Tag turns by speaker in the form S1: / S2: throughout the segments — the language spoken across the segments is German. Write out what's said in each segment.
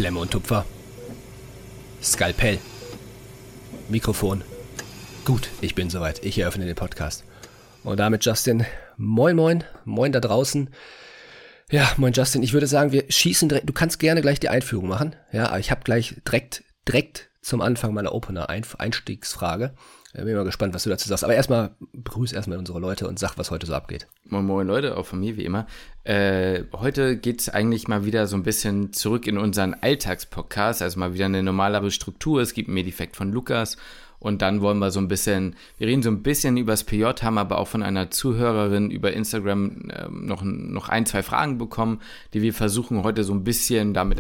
S1: Klemme und Tupfer. Skalpell. Mikrofon. Gut, ich bin soweit. Ich eröffne den Podcast. Und damit Justin, moin moin, moin da draußen. Ja, moin Justin, ich würde sagen, wir schießen direkt, du kannst gerne gleich die Einführung machen. Ja, aber ich habe gleich direkt zum Anfang meiner Opener-Einstiegsfrage. Bin mal gespannt, was du dazu sagst. Aber begrüß erstmal unsere Leute und sag, was heute so abgeht.
S2: Moin moin Leute, auch von mir wie immer. Heute geht's eigentlich mal wieder so ein bisschen zurück in unseren Alltagspodcast, also mal wieder eine normalere Struktur. Es gibt einen Medifekt von Lukas und dann wollen wir wir reden so ein bisschen über das PJ, haben aber auch von einer Zuhörerin über Instagram noch ein, zwei Fragen bekommen, die wir versuchen heute so ein bisschen damit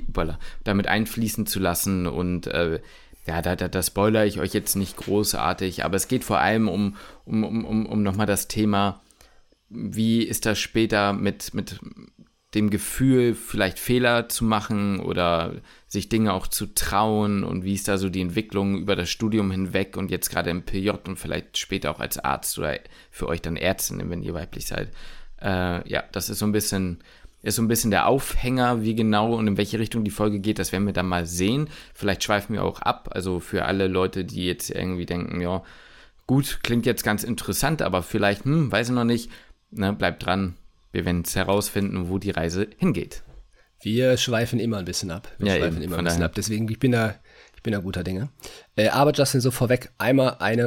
S2: einfließen zu lassen und ja, da spoilere ich euch jetzt nicht großartig, aber es geht vor allem um nochmal das Thema, wie ist das später mit dem Gefühl, vielleicht Fehler zu machen oder sich Dinge auch zu trauen und wie ist da so die Entwicklung über das Studium hinweg und jetzt gerade im PJ und vielleicht später auch als Arzt oder für euch dann Ärztin, wenn ihr weiblich seid. Ja, das ist so ein bisschen der Aufhänger, wie genau und in welche Richtung die Folge geht, das werden wir dann mal sehen. Vielleicht schweifen wir auch ab, also für alle Leute, die jetzt irgendwie denken, ja, gut, klingt jetzt ganz interessant, aber vielleicht, weiß ich noch nicht, ne, bleibt dran, wir werden es herausfinden, wo die Reise hingeht.
S1: Wir schweifen immer ein bisschen ab. Deswegen, ich bin da guter Dinge. Aber Justin, so vorweg, haben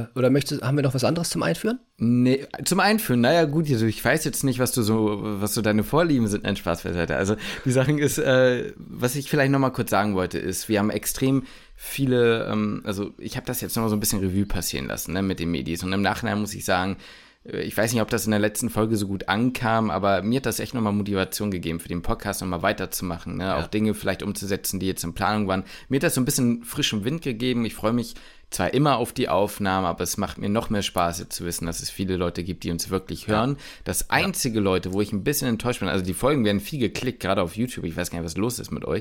S1: wir noch was anderes zum Einführen?
S2: Nee, zum Einführen, naja gut, also ich weiß jetzt nicht, was so deine Vorlieben sind, nein, Spaß beiseite. Also die Sache ist, was ich vielleicht nochmal kurz sagen wollte, ist, wir haben extrem viele, also ich habe das jetzt nochmal so ein bisschen Revue passieren lassen, ne, mit den Medis und im Nachhinein muss ich sagen, ich weiß nicht, ob das in der letzten Folge so gut ankam, aber mir hat das echt nochmal Motivation gegeben, für den Podcast nochmal weiterzumachen, ne? Ja. Auch Dinge vielleicht umzusetzen, die jetzt in Planung waren. Mir hat das so ein bisschen frischen Wind gegeben. Ich freue mich zwar immer auf die Aufnahme, aber es macht mir noch mehr Spaß, jetzt zu wissen, dass es viele Leute gibt, die uns wirklich hören. Ja. Das einzige, Leute, wo ich ein bisschen enttäuscht bin, also die Folgen werden viel geklickt, gerade auf YouTube, ich weiß gar nicht, was los ist mit euch,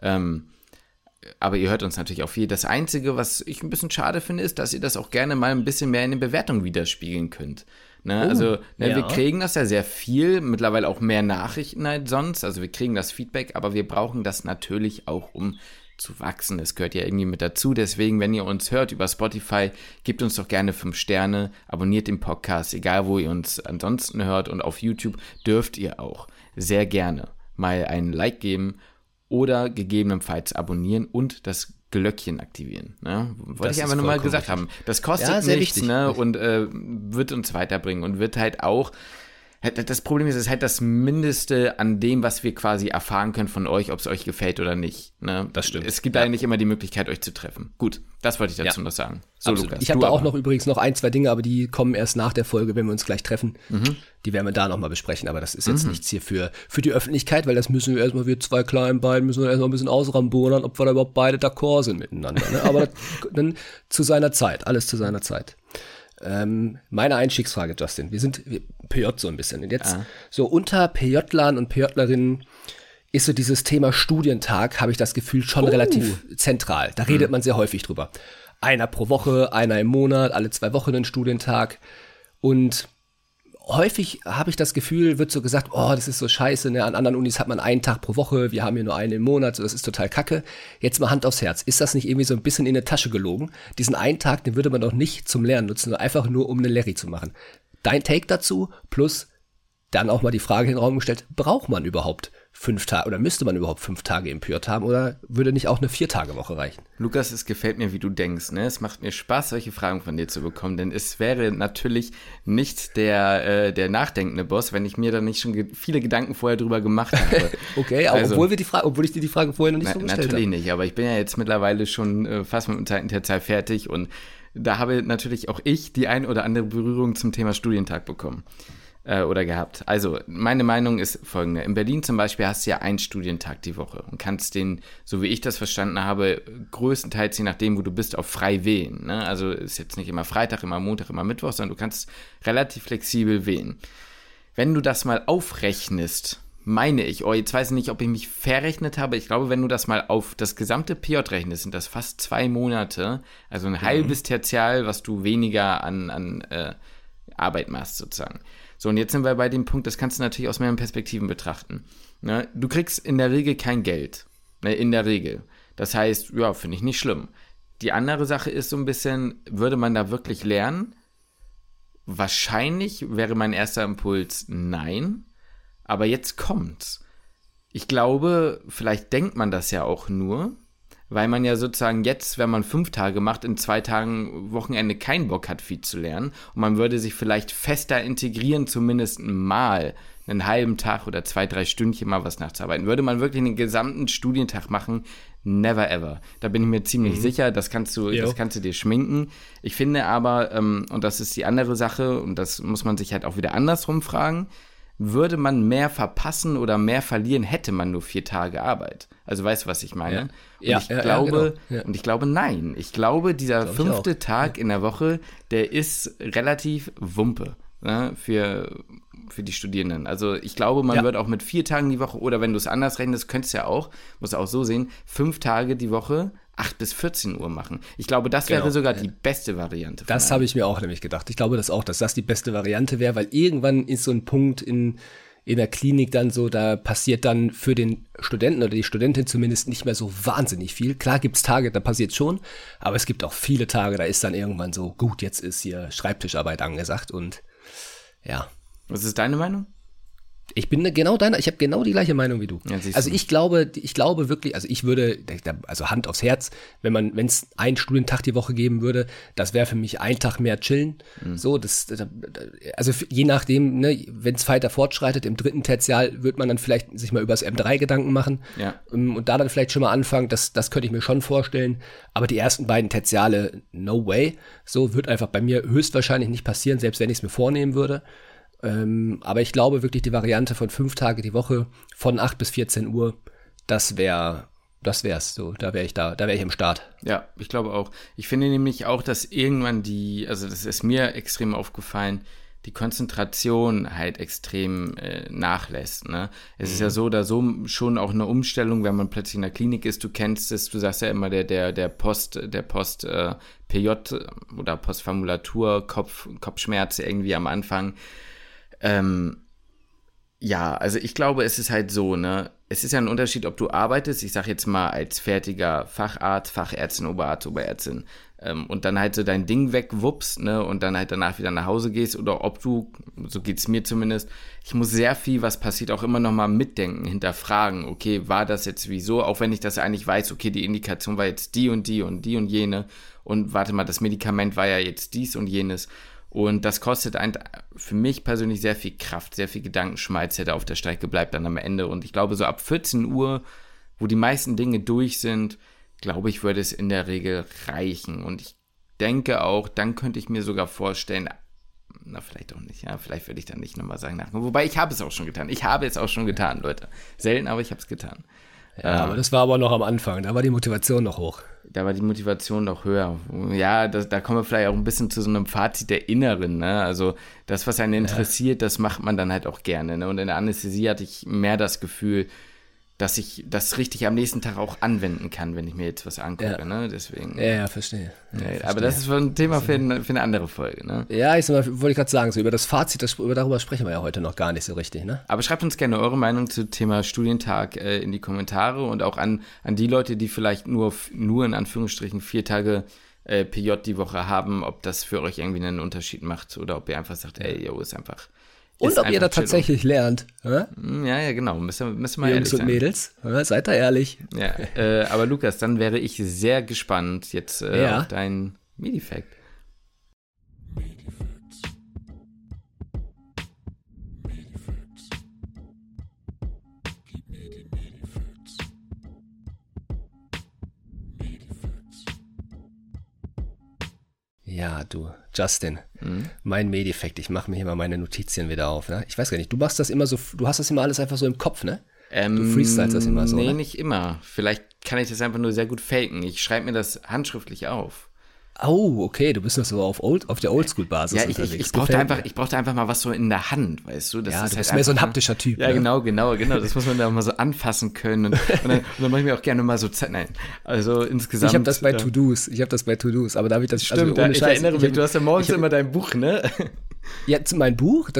S2: aber ihr hört uns natürlich auch viel. Das Einzige, was ich ein bisschen schade finde, ist, dass ihr das auch gerne mal ein bisschen mehr in den Bewertungen widerspiegeln könnt. Ne? Wir kriegen das ja sehr viel, mittlerweile auch mehr Nachrichten als sonst. Also wir kriegen das Feedback, aber wir brauchen das natürlich auch, um zu wachsen. Das gehört ja irgendwie mit dazu. Deswegen, wenn ihr uns hört über Spotify, gebt uns doch gerne 5 Sterne, abonniert den Podcast, egal wo ihr uns ansonsten hört. Und auf YouTube dürft ihr auch sehr gerne mal einen Like geben oder gegebenenfalls abonnieren und das Glöckchen aktivieren. Ne? Wollte ich einfach nur mal gesagt haben. Das kostet nichts, wichtig, ne? Und wird uns weiterbringen und wird halt auch, das Problem ist, es ist halt das Mindeste an dem, was wir quasi erfahren können von euch, ob es euch gefällt oder nicht. Ne? Das stimmt. Es gibt leider nicht immer die Möglichkeit, euch zu treffen. Gut, das wollte ich dazu noch sagen. So,
S1: Lukas, ich habe auch übrigens noch ein, zwei Dinge, aber die kommen erst nach der Folge, wenn wir uns gleich treffen. Die werden wir da nochmal besprechen, aber das ist jetzt nichts hier für die Öffentlichkeit, weil das müssen wir erstmal, wir zwei kleinen beiden, müssen wir erstmal ein bisschen ausrambonern, ob wir da überhaupt beide d'accord sind miteinander. Ne? Aber dann zu seiner Zeit, alles zu seiner Zeit. Meine Einstiegsfrage, Justin. Wir PJ so ein bisschen. Und jetzt so unter PJlern und PJlerinnen ist so dieses Thema Studientag, habe ich das Gefühl, schon relativ zentral. Da redet man sehr häufig drüber. Einer pro Woche, einer im Monat, alle 2 Wochen ein Studientag. Und häufig habe ich das Gefühl, wird so gesagt, oh, das ist so scheiße, ne? An anderen Unis hat man einen Tag pro Woche, wir haben hier nur einen im Monat, so, das ist total kacke. Jetzt mal Hand aufs Herz, ist das nicht irgendwie so ein bisschen in eine Tasche gelogen? Diesen einen Tag, den würde man doch nicht zum Lernen nutzen, sondern einfach nur, um eine Lehre zu machen. Dein Take dazu, plus dann auch mal die Frage in den Raum gestellt, braucht man überhaupt 5 Tage oder müsste man überhaupt 5 Tage im PJ haben oder würde nicht auch eine 4-Tage-Woche reichen?
S2: Lukas, es gefällt mir, wie du denkst. Ne? Es macht mir Spaß, solche Fragen von dir zu bekommen, denn es wäre natürlich nicht der nachdenkende Boss, wenn ich mir da nicht schon viele Gedanken vorher drüber gemacht habe.
S1: Okay, aber also, obwohl ich dir die Frage vorher noch nicht so gestellt habe.
S2: Natürlich nicht, aber ich bin ja jetzt mittlerweile schon fast mit dem zweiten Tertial fertig und da habe natürlich auch ich die ein oder andere Berührung zum Thema Studientag bekommen. Oder gehabt. Also, meine Meinung ist folgende. In Berlin zum Beispiel hast du ja einen Studientag die Woche und kannst den, so wie ich das verstanden habe, größtenteils, je nachdem, wo du bist, auch frei wählen. Ne? Also, ist jetzt nicht immer Freitag, immer Montag, immer Mittwoch, sondern du kannst relativ flexibel wählen. Wenn du das mal aufrechnest, meine ich, jetzt weiß ich nicht, ob ich mich verrechnet habe, ich glaube, wenn du das mal auf das gesamte PJ rechnest, sind das fast 2 Monate, also ein halbes Tertial, was du weniger an Arbeit machst, sozusagen. So, und jetzt sind wir bei dem Punkt, das kannst du natürlich aus mehreren Perspektiven betrachten. Ne? Du kriegst in der Regel kein Geld. Ne, in der Regel. Das heißt, ja, finde ich nicht schlimm. Die andere Sache ist so ein bisschen, würde man da wirklich lernen? Wahrscheinlich wäre mein erster Impuls nein. Aber jetzt kommt's. Ich glaube, vielleicht denkt man das ja auch nur, weil man ja sozusagen jetzt, wenn man 5 Tage macht, in 2 Tagen Wochenende keinen Bock hat, viel zu lernen. Und man würde sich vielleicht fester integrieren, zumindest mal einen halben Tag oder 2, 3 Stündchen mal was nachzuarbeiten. Würde man wirklich den gesamten Studientag machen, never ever. Da bin ich mir ziemlich sicher, das kannst du dir schminken. Ich finde aber, und das ist die andere Sache, und das muss man sich halt auch wieder andersrum fragen, würde man mehr verpassen oder mehr verlieren, hätte man nur 4 Tage Arbeit. Also weißt du, was ich meine?
S1: Ja.
S2: Und ich glaube, nein. Ich glaube, dieser 5. Tag in der Woche, der ist relativ Wumpe, ne, für die Studierenden. Also ich glaube, man wird auch mit 4 Tagen die Woche, oder wenn du es anders rechnest, könntest du ja auch, musst du auch so sehen, 5 Tage die Woche 8 bis 14 Uhr machen. Ich glaube, das wäre sogar die beste Variante.
S1: Das habe ich mir auch nämlich gedacht. Ich glaube das auch, dass das die beste Variante wäre, weil irgendwann ist so ein Punkt in der Klinik dann so, da passiert dann für den Studenten oder die Studentin zumindest nicht mehr so wahnsinnig viel. Klar gibt es Tage, da passiert schon, aber es gibt auch viele Tage, da ist dann irgendwann so, gut, jetzt ist hier Schreibtischarbeit angesagt und ja.
S2: Was ist deine Meinung?
S1: Ich habe genau die gleiche Meinung wie du.
S2: Ja,
S1: also ich glaube wirklich, also ich würde, also Hand aufs Herz, wenn es einen Studientag die Woche geben würde, das wäre für mich ein Tag mehr chillen. So, also je nachdem, ne, wenn es weiter fortschreitet, im 3. Tertial wird man dann vielleicht sich mal über das M3 Gedanken machen.
S2: Ja.
S1: Und da dann vielleicht schon mal anfangen, das könnte ich mir schon vorstellen. Aber die ersten beiden Tertiale, no way. So wird einfach bei mir höchstwahrscheinlich nicht passieren, selbst wenn ich es mir vornehmen würde. Aber ich glaube wirklich, die Variante von 5 Tage die Woche von 8 bis 14 Uhr, das wär's so, da wäre ich im Start.
S2: Ja, ich glaube auch. Ich finde nämlich auch, dass irgendwann also das ist mir extrem aufgefallen, die Konzentration halt extrem nachlässt. Ne? Es ist ja so oder so schon auch eine Umstellung, wenn man plötzlich in der Klinik ist. Du kennst es, du sagst ja immer, der Post PJ oder Postformulatur, Kopfschmerz irgendwie am Anfang. Ja, also ich glaube, es ist halt so, ne, es ist ja ein Unterschied, ob du arbeitest, ich sag jetzt mal als fertiger Facharzt, Fachärztin, Oberarzt, Oberärztin, und dann halt so dein Ding wegwuppst, ne, und dann halt danach wieder nach Hause gehst, oder ob du, so geht's mir zumindest, ich muss sehr viel, was passiert, auch immer nochmal mitdenken, hinterfragen, okay, war das jetzt wieso, auch wenn ich das eigentlich weiß, okay, die Indikation war jetzt die und die und die und jene, und warte mal, das Medikament war ja jetzt dies und jenes. Und das kostet für mich persönlich sehr viel Kraft, sehr viel Gedankenschmalz, der da auf der Strecke bleibt dann am Ende. Und ich glaube, so ab 14 Uhr, wo die meisten Dinge durch sind, glaube ich, würde es in der Regel reichen. Und ich denke auch, dann könnte ich mir sogar vorstellen, na, vielleicht auch nicht, ja, vielleicht würde ich dann nicht nochmal sagen, wobei ich habe es auch schon getan. Ich habe es auch schon getan, Leute. Selten, aber ich habe es getan.
S1: Ja, aber das war aber noch am Anfang, da war die Motivation noch hoch.
S2: Da war die Motivation noch höher. Ja, da kommen wir vielleicht auch ein bisschen zu so einem Fazit der Inneren, ne? Also das, was einen interessiert, das macht man dann halt auch gerne, ne? Und in der Anästhesie hatte ich mehr das Gefühl, dass ich das richtig am nächsten Tag auch anwenden kann, wenn ich mir jetzt was angucke, ne? Deswegen.
S1: Ja, verstehe.
S2: Aber das ist ein Thema für eine andere Folge, ne?
S1: Ja, wollte ich gerade sagen, so über das Fazit, darüber sprechen wir ja heute noch gar nicht so richtig, ne?
S2: Aber schreibt uns gerne eure Meinung zum Thema Studientag in die Kommentare und auch an die Leute, die vielleicht nur in Anführungsstrichen 4 Tage PJ die Woche haben, ob das für euch irgendwie einen Unterschied macht oder ob ihr einfach sagt, ey, yo, ist einfach.
S1: Und ob ihr da tatsächlich lernt.
S2: Ja, genau. Müssen wir ehrlich
S1: sein. Jungs und Mädels, seid da ehrlich.
S2: Ja, aber Lukas, dann wäre ich sehr gespannt jetzt auf dein Medifact.
S1: Ja, du, Justin, mein Medifact, ich mache mir hier mal meine Notizien wieder auf, ne? Ich weiß gar nicht, du hast das immer alles einfach so im Kopf, ne? Du freestylst das immer so,
S2: Nee,
S1: ne?
S2: nicht immer. Vielleicht kann ich das einfach nur sehr gut faken. Ich schreibe mir das handschriftlich auf.
S1: Oh, okay, du bist noch so auf der Oldschool-Basis
S2: unterwegs. Ich brauchte einfach mal was so in der Hand, weißt du? Das
S1: ja,
S2: ist
S1: du bist
S2: halt
S1: mehr so ein haptischer Typ.
S2: Ja,
S1: ne?
S2: Genau. Das muss man da mal so anfassen können. Und dann mache ich mir auch gerne mal so Zeit. Nein, also insgesamt.
S1: Ich habe das bei To-Dos, aber da habe ich das.
S2: Stimmt,
S1: also
S2: ich erinnere mich, du hast ja morgens immer dein Buch, ne?
S1: Jetzt mein Buch,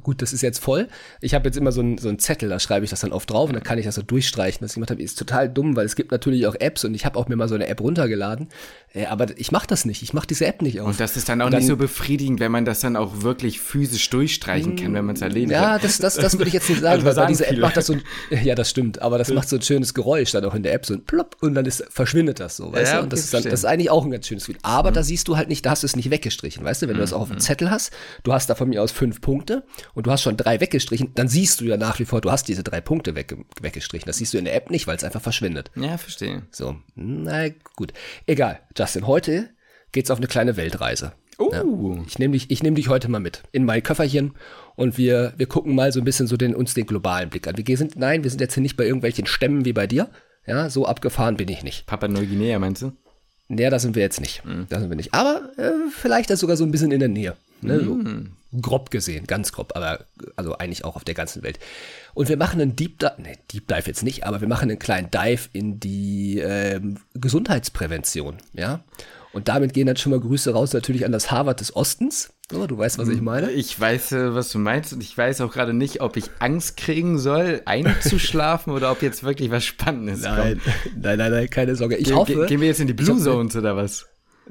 S1: gut, das ist jetzt voll. Ich habe jetzt immer so einen Zettel, da schreibe ich das dann oft drauf und dann kann ich das so durchstreichen. Was ich gemacht habe, ist total dumm, weil es gibt natürlich auch Apps und ich habe auch mir mal so eine App runtergeladen. Aber ich mache das nicht. Ich mache diese App nicht auf.
S2: Und das ist dann auch nicht so befriedigend, wenn man das dann auch wirklich physisch durchstreichen kann, wenn man es erledigt hat.
S1: Ja, das würde ich jetzt nicht sagen,
S2: Also
S1: weil diese
S2: viele.
S1: App macht das so ja, das stimmt, aber das macht so ein schönes Geräusch dann auch in der App, so ein Plopp und dann verschwindet das so, weißt
S2: Ja,
S1: du? Und das
S2: okay,
S1: ist eigentlich auch ein ganz schönes Gefühl. Aber da siehst du halt nicht, da hast du es nicht weggestrichen, weißt du? Wenn du das auch auf dem Zettel hast, du hast da von mir aus 5 Punkte und du hast schon 3 weggestrichen, dann siehst du ja nach wie vor, du hast diese 3 Punkte weggestrichen. Das siehst du in der App nicht, weil es einfach verschwindet.
S2: Ja, verstehe.
S1: So, na gut. Egal, Justin, heute geht's auf eine kleine Weltreise. Ja. Ich nehm dich heute mal mit in mein Köfferchen und wir gucken mal so ein bisschen uns den globalen Blick an. Wir sind jetzt hier nicht bei irgendwelchen Stämmen wie bei dir. Ja, so abgefahren bin ich nicht.
S2: Papua-Neuguinea, meinst du?
S1: Nee, da sind wir jetzt nicht. Da sind wir nicht. Aber vielleicht sogar so ein bisschen in der Nähe. Ne? So, grob gesehen, ganz grob, aber also eigentlich auch auf der ganzen Welt. Und wir machen einen Deep Dive jetzt nicht, aber wir machen einen kleinen Dive in die Gesundheitsprävention, ja. Und damit gehen dann schon mal Grüße raus natürlich an das Harvard des Ostens. So, du weißt, was ich meine?
S2: Ich weiß, was du meinst und ich weiß auch gerade nicht, ob ich Angst kriegen soll, einzuschlafen oder ob jetzt wirklich was Spannendes kommt.
S1: Nein, keine Sorge. Ich hoffe.
S2: Gehen wir jetzt in die Blue Zones oder was?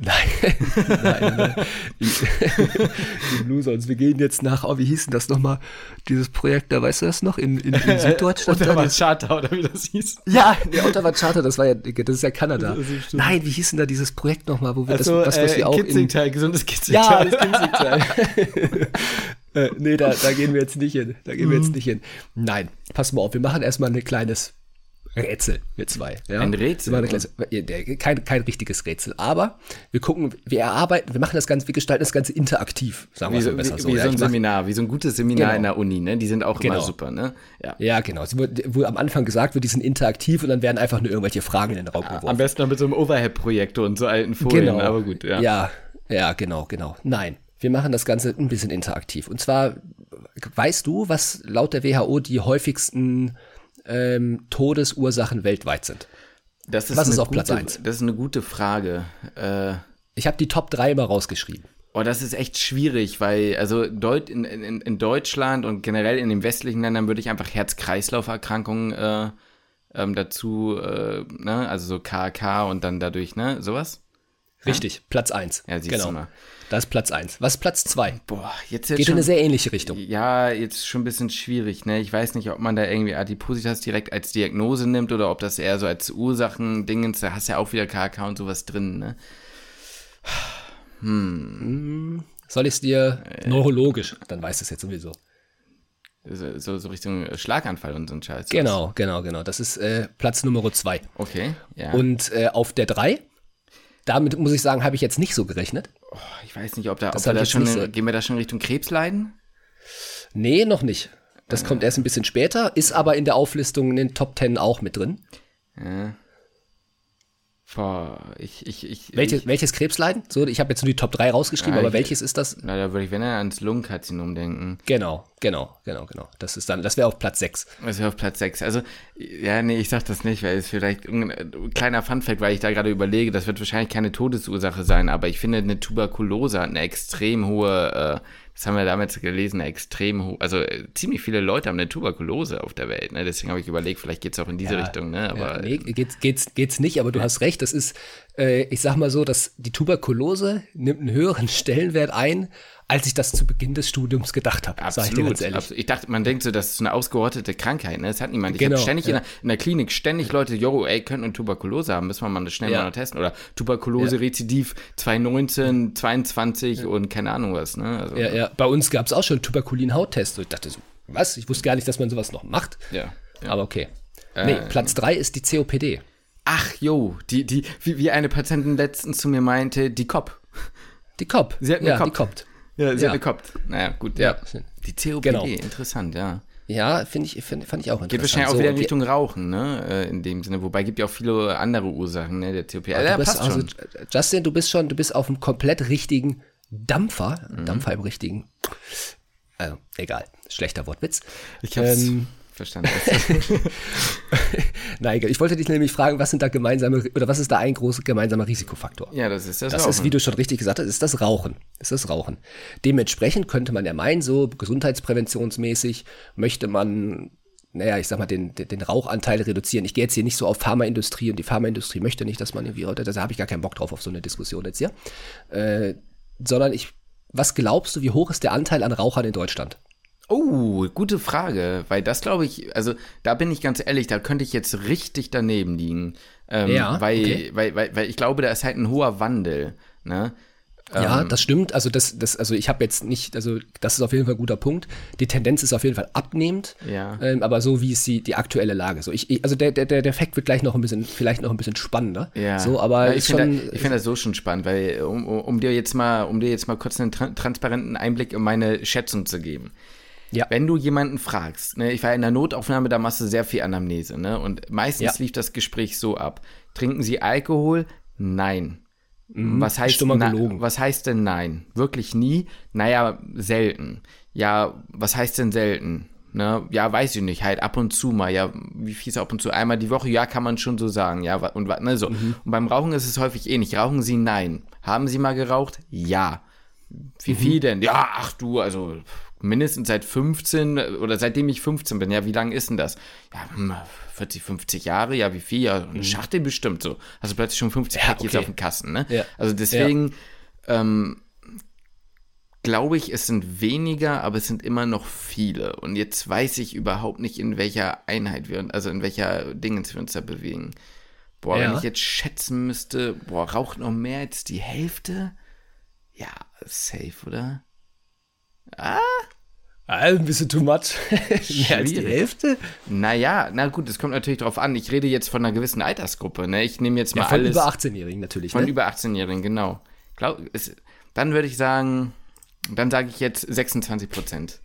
S1: Nein. Die Blue Zones. Wir gehen jetzt nach, wie hieß denn das nochmal? Dieses Projekt, da weißt du das noch? In Süddeutschland.
S2: Ottawa Charter oder wie das hieß?
S1: Ja, der Ottawa Charter, das ist ja Kanada. Nein, wie hieß denn da dieses Projekt nochmal, wo wir was wir auch
S2: Kitzingtal, gesundes Kitzingtal.
S1: Ja, das Kitzingtal. Nee, da gehen wir jetzt nicht hin. Nein, pass mal auf, wir machen erstmal ein kleines Rätsel, wir zwei. Ja?
S2: Ein Rätsel?
S1: Kein richtiges Rätsel, aber wir gestalten das Ganze interaktiv, sagen wir so besser so.
S2: Wie so ein Seminar, wie so ein gutes Seminar in der Uni, ne? Die sind auch immer super, ne?
S1: Ja, genau. Wo am Anfang gesagt wird, die sind interaktiv und dann werden einfach nur irgendwelche Fragen in den Raum geworfen.
S2: Am besten noch mit so einem Overhead-Projektor und so alten Folien,
S1: genau.
S2: Aber gut, ja.
S1: Ja, genau. Nein, wir machen das Ganze ein bisschen interaktiv. Und zwar, weißt du, was laut der WHO die häufigsten Todesursachen weltweit sind? Was ist auf Platz 1?
S2: Das ist eine gute Frage.
S1: Ich habe die Top 3 mal rausgeschrieben.
S2: Oh, das ist echt schwierig, weil also in Deutschland und generell in den westlichen Ländern würde ich einfach Herz-Kreislauf-Erkrankungen dazu, ne, also so KK und dann dadurch, ne, sowas?
S1: Richtig, Platz 1.
S2: Ja, siehst du mal.
S1: Das ist Platz 1. Was ist Platz 2?
S2: Boah, jetzt
S1: geht in eine sehr ähnliche Richtung.
S2: Ja, jetzt schon ein bisschen schwierig, ne? Ich weiß nicht, ob man da irgendwie Adipositas direkt als Diagnose nimmt oder ob das eher so als Ursachen-Dingens, da hast du ja auch wieder KK und sowas drin, ne?
S1: Soll ich es dir neurologisch, dann weißt du es jetzt sowieso.
S2: So Richtung Schlaganfall und so ein Scheiß.
S1: Genau. Das ist Platz Nummer 2.
S2: Okay, ja.
S1: Und auf der 3, damit muss ich sagen, habe ich jetzt nicht so gerechnet.
S2: Oh, ich weiß nicht, gehen wir da schon Richtung Krebsleiden?
S1: Nee, noch nicht. Das kommt erst ein bisschen später, ist aber in der Auflistung in den Top 10 auch mit drin.
S2: Ja. Boah,
S1: welches Krebsleiden? So, ich habe jetzt nur die Top 3 rausgeschrieben, aber welches ist das?
S2: Na, da würde ich, wenn er ans Lungenkarzinom denken.
S1: Genau. Das wäre auf Platz 6.
S2: Das wäre auf Platz 6. Also, ja, nee, ich sag das nicht, weil es vielleicht ein kleiner Funfact, weil ich da gerade überlege, das wird wahrscheinlich keine Todesursache sein, aber ich finde, eine Tuberkulose hat eine extrem hohe, das haben wir damals gelesen, also ziemlich viele Leute haben eine Tuberkulose auf der Welt, ne? Deswegen habe ich überlegt, vielleicht geht es auch in diese Richtung, ne? Aber,
S1: nee, geht's nicht, aber du hast recht, das ist, ich sag mal so, dass die Tuberkulose nimmt einen höheren Stellenwert ein, als ich das zu Beginn des Studiums gedacht habe.
S2: Absolut,
S1: sag ich dir ganz ehrlich.
S2: Absolut. Ich dachte, man denkt so, das ist so eine ausgerottete Krankheit, ne? Das hat niemand. Ich
S1: habe
S2: ständig in der Klinik Leute, könnten eine Tuberkulose haben, müssen wir mal schnell mal testen. Oder Tuberkulose-Rezidiv 2019, 22 und keine Ahnung was, ne? Also,
S1: ja, bei uns gab es auch schon Tuberkulin-Hauttest. Ich dachte so, was? Ich wusste gar nicht, dass man sowas noch macht.
S2: Ja.
S1: Aber okay. Platz 3 ist die COPD.
S2: Ach, wie eine Patientin letztens zu mir meinte, die COP.
S1: Die COP.
S2: Sie hat eine COP.
S1: Die COP.
S2: Ja, sie hat eine COP. Naja, gut.
S1: Ja.
S2: Die COPD, interessant, ja.
S1: Ja, fand ich auch interessant.
S2: Geht wahrscheinlich auch wieder in Richtung Rauchen, ne, in dem Sinne. Wobei, gibt ja auch viele andere Ursachen, ne, der COPD.
S1: Passt schon. Justin, du bist auf einem komplett richtigen Dampfer im richtigen, also, egal, schlechter Wortwitz.
S2: Ich hab's verstanden.
S1: Nein, ich wollte dich nämlich fragen, was ist da ein großer gemeinsamer Risikofaktor?
S2: Ja, das ist das
S1: Rauchen. Das ist, wie du schon richtig gesagt hast, ist das Rauchen. Dementsprechend könnte man ja meinen, so gesundheitspräventionsmäßig möchte man, ich sag mal, den Rauchanteil reduzieren. Ich gehe jetzt hier nicht so auf Pharmaindustrie, und die Pharmaindustrie möchte nicht, dass man irgendwie, da habe ich gar keinen Bock drauf auf so eine Diskussion jetzt hier. Sondern was glaubst du, wie hoch ist der Anteil an Rauchern in Deutschland?
S2: Oh, gute Frage, weil das glaube ich, also da bin ich ganz ehrlich, da könnte ich jetzt richtig daneben liegen, weil ich glaube, da ist halt ein hoher Wandel, ne?
S1: Ja, das stimmt, also also ich habe jetzt nicht, also das ist auf jeden Fall ein guter Punkt, die Tendenz ist auf jeden Fall abnehmend, aber so wie ist die aktuelle Lage, so also der Fact wird gleich vielleicht noch ein bisschen spannender, so, aber
S2: ich finde das so schon spannend, weil um dir jetzt mal kurz einen transparenten Einblick in meine Schätzung zu geben. Ja. Wenn du jemanden fragst, ne, ich war in der Notaufnahme, da machst du sehr viel Anamnese, ne, und meistens lief das Gespräch so ab. Trinken Sie Alkohol? Nein. Was heißt denn nein? Wirklich nie? Naja, selten. Ja, was heißt denn selten? Ne? Ja, weiß ich nicht, halt ab und zu mal. Ja, wie viel ist ab und zu? Einmal die Woche? Ja, kann man schon so sagen. Ja, und so. Und beim Rauchen ist es häufig ähnlich. Rauchen Sie? Nein. Haben Sie mal geraucht? Ja. Wie viel denn? Ja, ach du, also mindestens seit 15 oder seitdem ich 15 bin. Ja, wie lange ist denn das? Ja, 40, 50 Jahre. Ja, wie viel? Ja, eine Schachtel bestimmt so. Also plötzlich schon 50 Pakete auf den Kassen, ne? Ja. Also deswegen glaube ich, es sind weniger, aber es sind immer noch viele. Und jetzt weiß ich überhaupt nicht, in welcher Einheit in welcher Dingens wir uns da bewegen. Boah, wenn ich jetzt schätzen müsste, raucht noch mehr als die Hälfte? Ja, safe, oder?
S1: Ein bisschen too much. Mehr als die Hälfte?
S2: Naja, na gut, es kommt natürlich drauf an. Ich rede jetzt von einer gewissen Altersgruppe, ne? Ich nehme jetzt mal alles.
S1: Von über 18-Jährigen natürlich,
S2: Von über 18-Jährigen, genau. Dann würde ich sagen, dann sage ich jetzt 26%.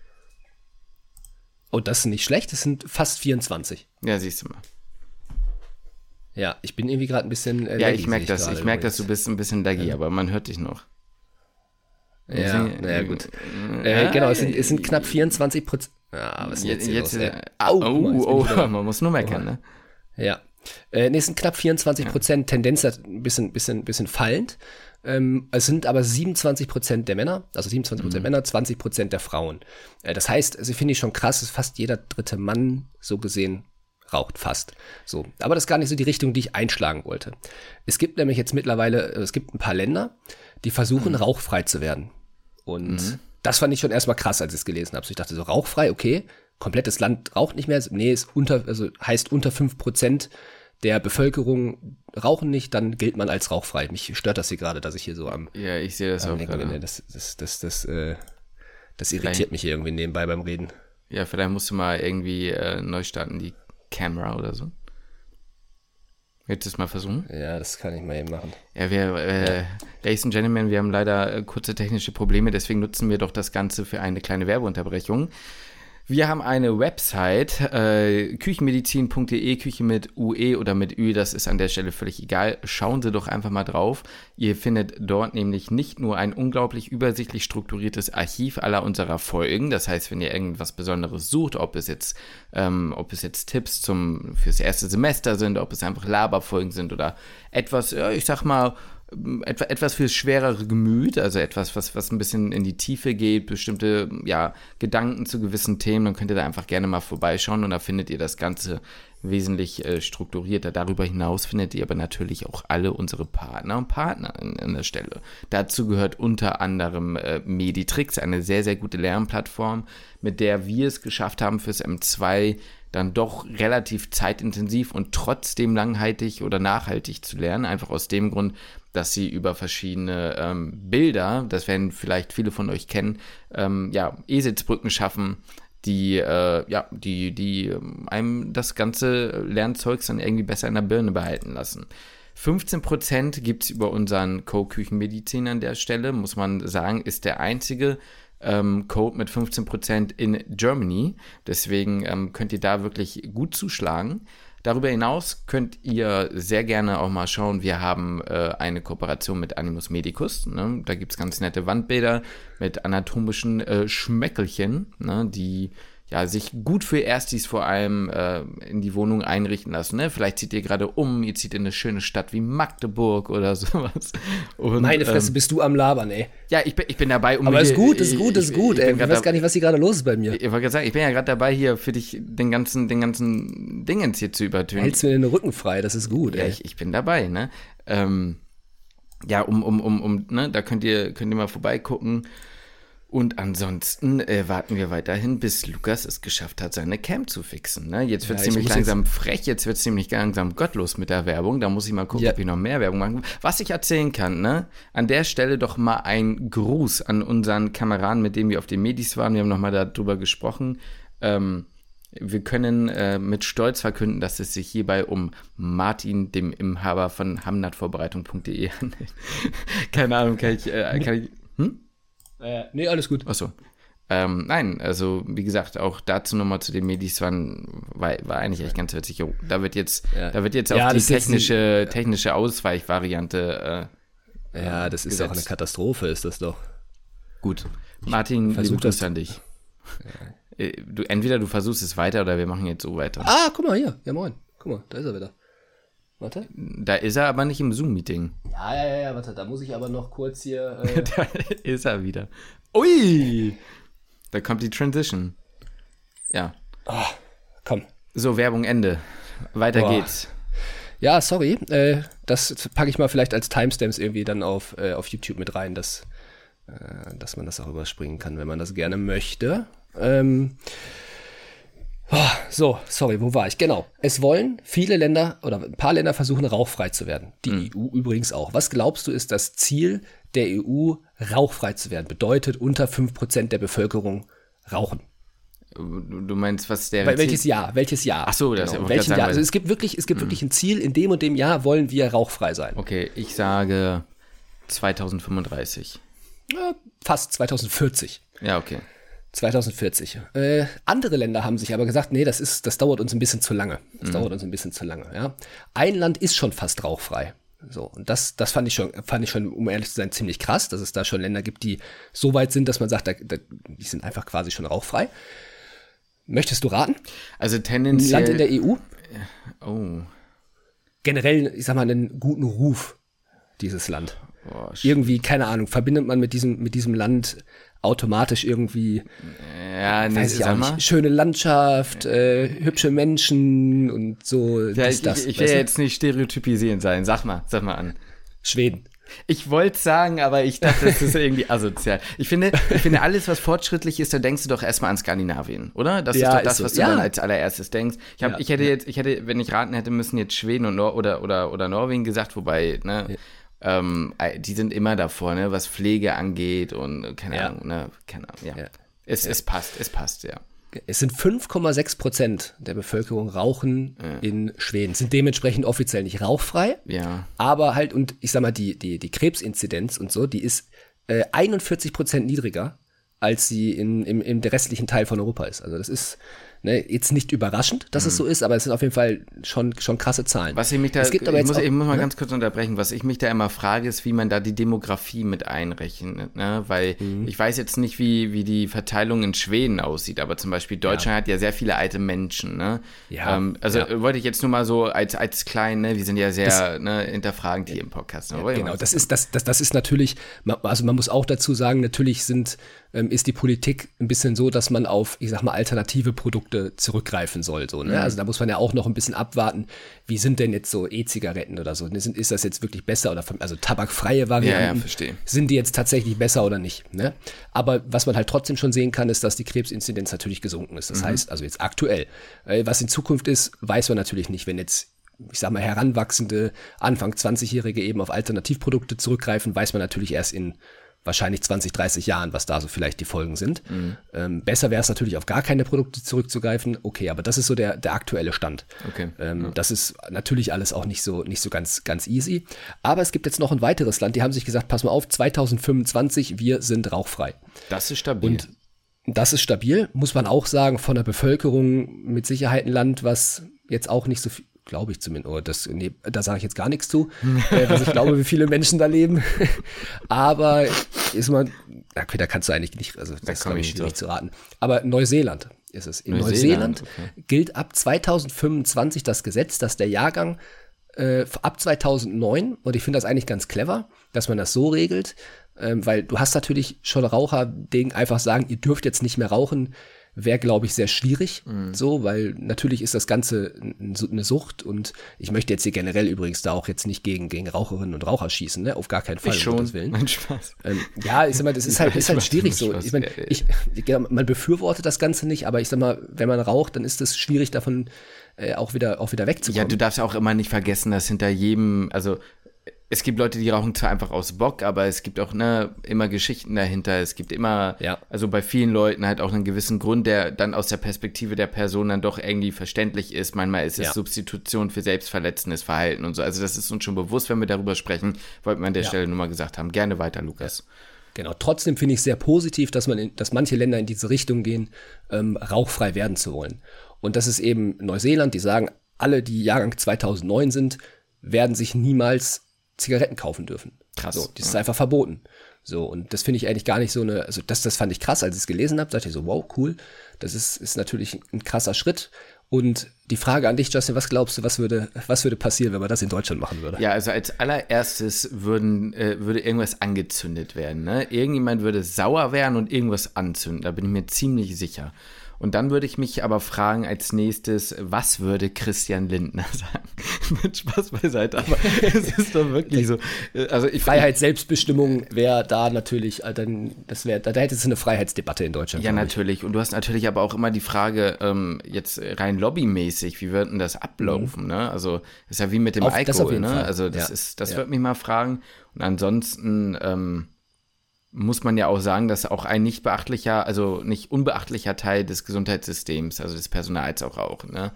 S1: Oh, das ist nicht schlecht, das sind fast 24.
S2: Ja, siehst du mal.
S1: Ja, ich bin irgendwie gerade ein bisschen
S2: ich merke das. Ich merke, dass du bist ein bisschen laggy, aber man hört dich noch.
S1: Ja, naja, gut. Genau, es sind knapp 24%. Ja, was ist jetzt los?
S2: Man muss nur meckern, ne?
S1: Ja. Es sind knapp 24%, Tendenz ein bisschen fallend. Es sind aber 27% der Männer, also 27% Männer, 20% der Frauen. Das heißt, also finde ich schon krass, dass fast jeder dritte Mann so gesehen raucht, fast. So. Aber das ist gar nicht so die Richtung, die ich einschlagen wollte. Es gibt nämlich jetzt mittlerweile, ein paar Länder, die versuchen, rauchfrei zu werden. Und das fand ich schon erstmal krass, als ich es gelesen habe. So, ich dachte so, rauchfrei, okay, komplettes Land raucht nicht mehr. Nee, heißt unter 5% der Bevölkerung rauchen nicht, dann gilt man als rauchfrei. Mich stört das hier gerade, dass ich hier so am...
S2: Ja, ich sehe das auch gerade.
S1: Das irritiert mich hier irgendwie nebenbei beim Reden.
S2: Ja, vielleicht musst du mal irgendwie neu starten, die Kamera oder so. Willst du es mal versuchen?
S1: Ja, das kann ich mal eben machen.
S2: Ja, Ladies and Gentlemen, wir haben leider kurze technische Probleme, deswegen nutzen wir doch das Ganze für eine kleine Werbeunterbrechung. Wir haben eine Website, küchenmedizin.de, Küche mit UE oder mit Ü, das ist an der Stelle völlig egal. Schauen Sie doch einfach mal drauf. Ihr findet dort nämlich nicht nur ein unglaublich übersichtlich strukturiertes Archiv aller unserer Folgen. Das heißt, wenn ihr irgendwas Besonderes sucht, ob es jetzt Tipps fürs erste Semester sind, ob es einfach Laberfolgen sind oder etwas, ich sag mal, etwas fürs schwerere Gemüt, also etwas, was ein bisschen in die Tiefe geht, bestimmte Gedanken zu gewissen Themen, dann könnt ihr da einfach gerne mal vorbeischauen und da findet ihr das Ganze wesentlich strukturierter. Darüber hinaus findet ihr aber natürlich auch alle unsere Partner und Partner an der Stelle. Dazu gehört unter anderem Meditrix, eine sehr, sehr gute Lernplattform, mit der wir es geschafft haben, fürs M2 dann doch relativ zeitintensiv und trotzdem langhaltig oder nachhaltig zu lernen, einfach aus dem Grund, dass sie über verschiedene Bilder, das werden vielleicht viele von euch kennen, E-Sitzbrücken schaffen, die einem das ganze Lernzeugs dann irgendwie besser in der Birne behalten lassen. 15% gibt es über unseren Co-Küchenmedizin an der Stelle, muss man sagen, ist der einzige Code mit 15% in Germany. Deswegen könnt ihr da wirklich gut zuschlagen. Darüber hinaus könnt ihr sehr gerne auch mal schauen, wir haben eine Kooperation mit Animus Medicus. Ne? Da gibt es ganz nette Wandbilder mit anatomischen Schmeckelchen, ne? Die sich gut für Erstis vor allem in die Wohnung einrichten lassen. Ne? Vielleicht zieht ihr gerade ihr zieht in eine schöne Stadt wie Magdeburg oder sowas. Und,
S1: meine Fresse, bist du am Labern, ey.
S2: Ja, ich bin dabei,
S1: aber ist gut, ist gut, ist gut, ey. Ich weiß gar nicht, was hier gerade los ist bei mir.
S2: Ich wollte gerade sagen, ich bin ja gerade dabei, hier für dich den ganzen Dingens hier zu übertönen.
S1: Hältst mir den Rücken frei, das ist gut,
S2: ey. Ja, ich bin dabei, ne? Ja, ne, da könnt ihr mal vorbeigucken. Und ansonsten warten wir weiterhin, bis Lukas es geschafft hat, seine Cam zu fixen. Ne? Jetzt wird es ziemlich langsam frech, jetzt wird es ziemlich langsam gottlos mit der Werbung. Da muss ich mal gucken, ob ich noch mehr Werbung machen kann. Was ich erzählen kann, ne? An der Stelle doch mal ein Gruß an unseren Kameraden, mit dem wir auf den Medis waren. Wir haben nochmal darüber gesprochen. Wir können mit Stolz verkünden, dass es sich hierbei um Martin, dem Inhaber von hamnatvorbereitung.de handelt. Keine Ahnung, kann ich
S1: nee, alles gut.
S2: Achso. Nein, also wie gesagt, auch dazu nochmal zu den Medis war eigentlich echt ganz witzig. Jo, da wird jetzt auf die technische Ausweichvariante
S1: ja, das ist
S2: gesetzt.
S1: auch eine Katastrophe, ist das doch.
S2: Gut. Martin,
S1: versuch
S2: das an dich. Ja. Entweder du versuchst es weiter oder wir machen jetzt so weiter.
S1: Ah, guck mal hier. Ja, moin. Guck mal, da ist er wieder. Warte.
S2: Da ist er aber nicht im Zoom-Meeting.
S1: Ja, warte, da muss ich aber noch kurz hier...
S2: Da ist er wieder. Ui! Da kommt die Transition. Ja.
S1: Oh, komm.
S2: So, Werbung Ende. Weiter geht's.
S1: Ja, sorry. Das packe ich mal vielleicht als Timestamps irgendwie dann auf YouTube mit rein, dass man das auch überspringen kann, wenn man das gerne möchte. So, sorry, wo war ich? Genau. Es wollen viele Länder oder ein paar Länder versuchen, rauchfrei zu werden. Die EU übrigens auch. Was glaubst du, ist das Ziel der EU, rauchfrei zu werden? Bedeutet, unter 5% der Bevölkerung rauchen.
S2: Du meinst, was der
S1: Welches Jahr?
S2: Ach so, das
S1: genau. Welches Jahr? Also es gibt wirklich ein Ziel, in dem und dem Jahr wollen wir rauchfrei sein.
S2: Okay, ich sage 2035.
S1: Ja, fast 2040.
S2: Ja, okay.
S1: 2040. Andere Länder haben sich aber gesagt, nee, das dauert uns ein bisschen zu lange. Ja. Ein Land ist schon fast rauchfrei. So, und das fand ich schon, um ehrlich zu sein, ziemlich krass, dass es da schon Länder gibt, die so weit sind, dass man sagt, die sind einfach quasi schon rauchfrei. Möchtest du raten?
S2: Also tendenziell.
S1: Ein Land in der EU?
S2: Oh.
S1: Generell, ich sag mal, einen guten Ruf, dieses Land. Irgendwie, keine Ahnung, verbindet man mit diesem Land automatisch irgendwie, weiß ich auch nicht, schöne Landschaft, hübsche Menschen und so.
S2: Ja, ich will jetzt nicht stereotypisierend sein. Sag mal an.
S1: Schweden.
S2: Ich wollte sagen, aber ich dachte, das ist irgendwie asozial. Ich finde, alles, was fortschrittlich ist, da denkst du doch erstmal an Skandinavien, oder? Das ist doch das, was du dann als allererstes denkst. Ich hätte, wenn ich raten hätte müssen, jetzt Schweden und oder Norwegen gesagt, wobei, ne? Ja. Die sind immer davor, ne, was Pflege angeht und keine Ahnung, ne, keine Ahnung, ja. Es passt, ja.
S1: Es sind 5,6% der Bevölkerung rauchen in Schweden, sind dementsprechend offiziell nicht rauchfrei, aber halt, und ich sag mal, die Krebsinzidenz und so, die ist 41% niedriger, als sie im der restlichen Teil von Europa ist. Also das ist jetzt nicht überraschend, dass es so ist, aber es sind auf jeden Fall schon krasse Zahlen.
S2: Was ich mich da, ich muss mal ganz kurz unterbrechen, was ich mich da immer frage, ist, wie man da die Demografie mit einrechnet, ne? Weil ich weiß jetzt nicht, wie die Verteilung in Schweden aussieht, aber zum Beispiel Deutschland hat ja sehr viele alte Menschen, ne? Wollte ich jetzt nur mal so als klein, ne? Wir sind ja sehr hinterfragend hier im Podcast. Ne?
S1: Genau, das ist natürlich, also man muss auch dazu sagen, natürlich ist die Politik ein bisschen so, dass man auf, ich sag mal, alternative Produkte zurückgreifen soll. So, ne? Also da muss man ja auch noch ein bisschen abwarten, wie sind denn jetzt so E-Zigaretten oder so? Ist das jetzt wirklich besser oder also tabakfreie Varianten?
S2: Verstehe.
S1: Sind die jetzt tatsächlich besser oder nicht? Ne? Aber was man halt trotzdem schon sehen kann, ist, dass die Krebsinzidenz natürlich gesunken ist. Das heißt, also jetzt aktuell. Was in Zukunft ist, weiß man natürlich nicht, wenn jetzt, ich sag mal, heranwachsende, Anfang 20-Jährige eben auf Alternativprodukte zurückgreifen, weiß man natürlich erst in wahrscheinlich 20, 30 Jahren, was da so vielleicht die Folgen sind. Besser wäre es natürlich, auf gar keine Produkte zurückzugreifen. Okay, aber das ist so der aktuelle Stand.
S2: Okay.
S1: Das ist natürlich alles auch nicht so ganz easy. Aber es gibt jetzt noch ein weiteres Land, die haben sich gesagt, pass mal auf, 2025, wir sind rauchfrei.
S2: Das ist stabil.
S1: Und das ist stabil, muss man auch sagen, von der Bevölkerung mit Sicherheit ein Land, was jetzt auch nicht so viel, glaube ich zumindest, da sage ich jetzt gar nichts zu, was ich glaube, wie viele Menschen da leben. Aber ist man, okay, da kannst du eigentlich nicht, also das ist, glaube ich, schwierig zu raten. Aber Neuseeland ist es. In Neuseeland gilt ab 2025 das Gesetz, dass der Jahrgang ab 2009, und ich finde das eigentlich ganz clever, dass man das so regelt, weil du hast natürlich schon Raucher, denen einfach sagen, ihr dürft jetzt nicht mehr rauchen, wäre, glaube ich, sehr schwierig, so, weil natürlich ist das Ganze eine Sucht, und ich möchte jetzt hier generell übrigens da auch jetzt nicht gegen Raucherinnen und Raucher schießen, ne, auf gar keinen Fall,
S2: ich schon.
S1: um Gottes Willen.
S2: Mein Spaß.
S1: Ja, ich sag mal, das ist halt schwierig so. Ich meine, man befürwortet das Ganze nicht, aber ich sag mal, wenn man raucht, dann ist es schwierig, davon auch wieder wegzukommen.
S2: Ja, du darfst auch immer nicht vergessen, dass hinter jedem, also es gibt Leute, die rauchen zwar einfach aus Bock, aber es gibt auch immer Geschichten dahinter. Es gibt immer, also bei vielen Leuten halt auch einen gewissen Grund, der dann aus der Perspektive der Person dann doch irgendwie verständlich ist. Manchmal ist es Substitution für selbstverletzendes Verhalten und so. Also das ist uns schon bewusst, wenn wir darüber sprechen, wollten wir an der Stelle nur mal gesagt haben. Gerne weiter, Lukas.
S1: Ja. Genau, trotzdem finde ich sehr positiv, dass manche Länder in diese Richtung gehen, rauchfrei werden zu wollen. Und das ist eben Neuseeland, die sagen, alle, die Jahrgang 2009 sind, werden sich niemals Zigaretten kaufen dürfen.
S2: Krass.
S1: So, das ist einfach verboten. So, und das finde ich eigentlich gar nicht so also das fand ich krass, als ich es gelesen habe, dachte ich so, wow, cool. Das ist natürlich ein krasser Schritt. Und die Frage an dich, Justin, was glaubst du, was würde passieren, wenn man das in Deutschland machen würde?
S2: Ja, also als allererstes würde irgendwas angezündet werden, ne? Irgendjemand würde sauer werden und irgendwas anzünden, da bin ich mir ziemlich sicher. Und dann würde ich mich aber fragen als nächstes, was würde Christian Lindner sagen? Mit Spaß beiseite, aber es ist doch wirklich so. Also
S1: Freiheit, Selbstbestimmung wäre da natürlich, da hätte es eine Freiheitsdebatte in Deutschland.
S2: Ja, natürlich. Und du hast natürlich aber auch immer die Frage, jetzt rein lobbymäßig, wie wird denn das ablaufen? Ne? Also das ist ja wie mit dem Alkohol. Ne? Also das würde mich mal fragen. Und ansonsten muss man ja auch sagen, dass auch ein nicht unbeachtlicher Teil des Gesundheitssystems, also des Personals auch rauchen. Ne?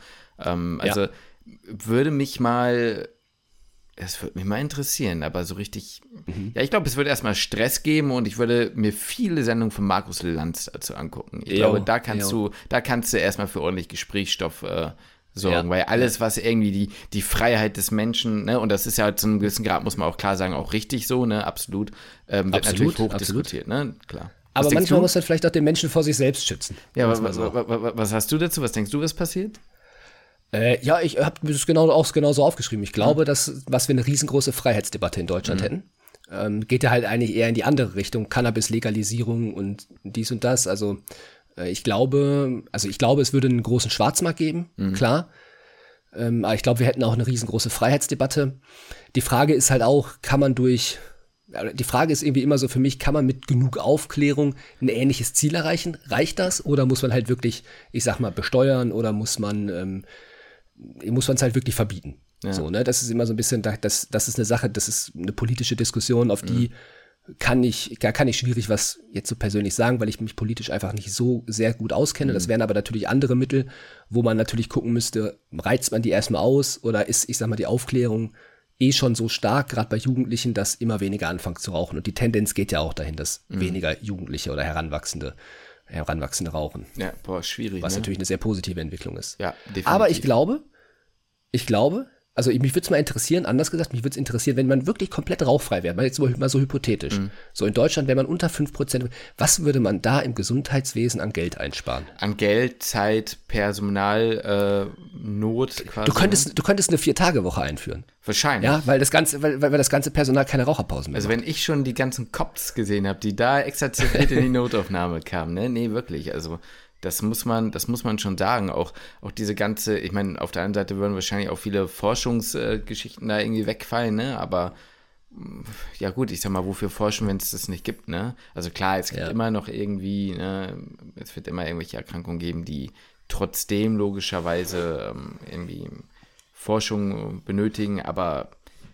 S2: Es würde mich mal interessieren, aber so richtig, ja, ich glaube, es würde erstmal Stress geben und ich würde mir viele Sendungen von Markus Lanz dazu angucken. Ich glaube, da kannst du erstmal für ordentlich Gesprächsstoff sorgen, weil alles, was irgendwie die Freiheit des Menschen, ne, und das ist ja zu einem gewissen Grad, muss man auch klar sagen, auch richtig so, ne, absolut, wird natürlich hochdiskutiert, ne, klar.
S1: Aber manchmal muss man vielleicht auch den Menschen vor sich selbst schützen.
S2: Ja, was hast du dazu? Was denkst du, was passiert?
S1: Ich habe das genauso aufgeschrieben. Ich glaube, dass wir eine riesengroße Freiheitsdebatte in Deutschland hätten. Geht ja halt eigentlich eher in die andere Richtung, Cannabis-Legalisierung und dies und das, also ich glaube, es würde einen großen Schwarzmarkt geben, klar. Aber ich glaube, wir hätten auch eine riesengroße Freiheitsdebatte. Die Frage ist halt auch, die Frage ist irgendwie immer so für mich, kann man mit genug Aufklärung ein ähnliches Ziel erreichen? Reicht das? Oder muss man halt wirklich, ich sag mal, besteuern oder muss man es halt wirklich verbieten? Ja. So, ne? Das ist immer so ein bisschen, das ist eine Sache, das ist eine politische Diskussion, auf die kann ich schwierig was jetzt so persönlich sagen, weil ich mich politisch einfach nicht so sehr gut auskenne. Das wären aber natürlich andere Mittel, wo man natürlich gucken müsste, reizt man die erstmal aus oder ist, ich sag mal, die Aufklärung schon so stark, gerade bei Jugendlichen, dass immer weniger anfangen zu rauchen. Und die Tendenz geht ja auch dahin, dass weniger Jugendliche oder Heranwachsende rauchen.
S2: Ja, schwierig.
S1: Was natürlich eine sehr positive Entwicklung ist.
S2: Ja, definitiv.
S1: Aber ich glaube, also mich würde es mal interessieren, anders gesagt, wenn man wirklich komplett rauchfrei wäre, jetzt mal so hypothetisch. So in Deutschland wäre man unter 5%. Was würde man da im Gesundheitswesen an Geld einsparen?
S2: An Geld, Zeit, Personal, Not quasi.
S1: Du könntest eine 4-Tage-Woche einführen.
S2: Wahrscheinlich.
S1: Ja, weil das ganze Personal keine Raucherpausen mehr
S2: macht. Also wenn ich schon die ganzen Cops gesehen habe, die da exerzitiert in die Notaufnahme kamen, ne? Nee, wirklich, also das muss man schon sagen. Auch diese ganze, ich meine, auf der einen Seite würden wahrscheinlich auch viele Forschungsgeschichten da irgendwie wegfallen, ne? Aber ja gut, ich sag mal, wofür forschen, wenn es das nicht gibt, ne? Also klar, es gibt immer noch irgendwie, ne, es wird immer irgendwelche Erkrankungen geben, die trotzdem logischerweise irgendwie Forschung benötigen, aber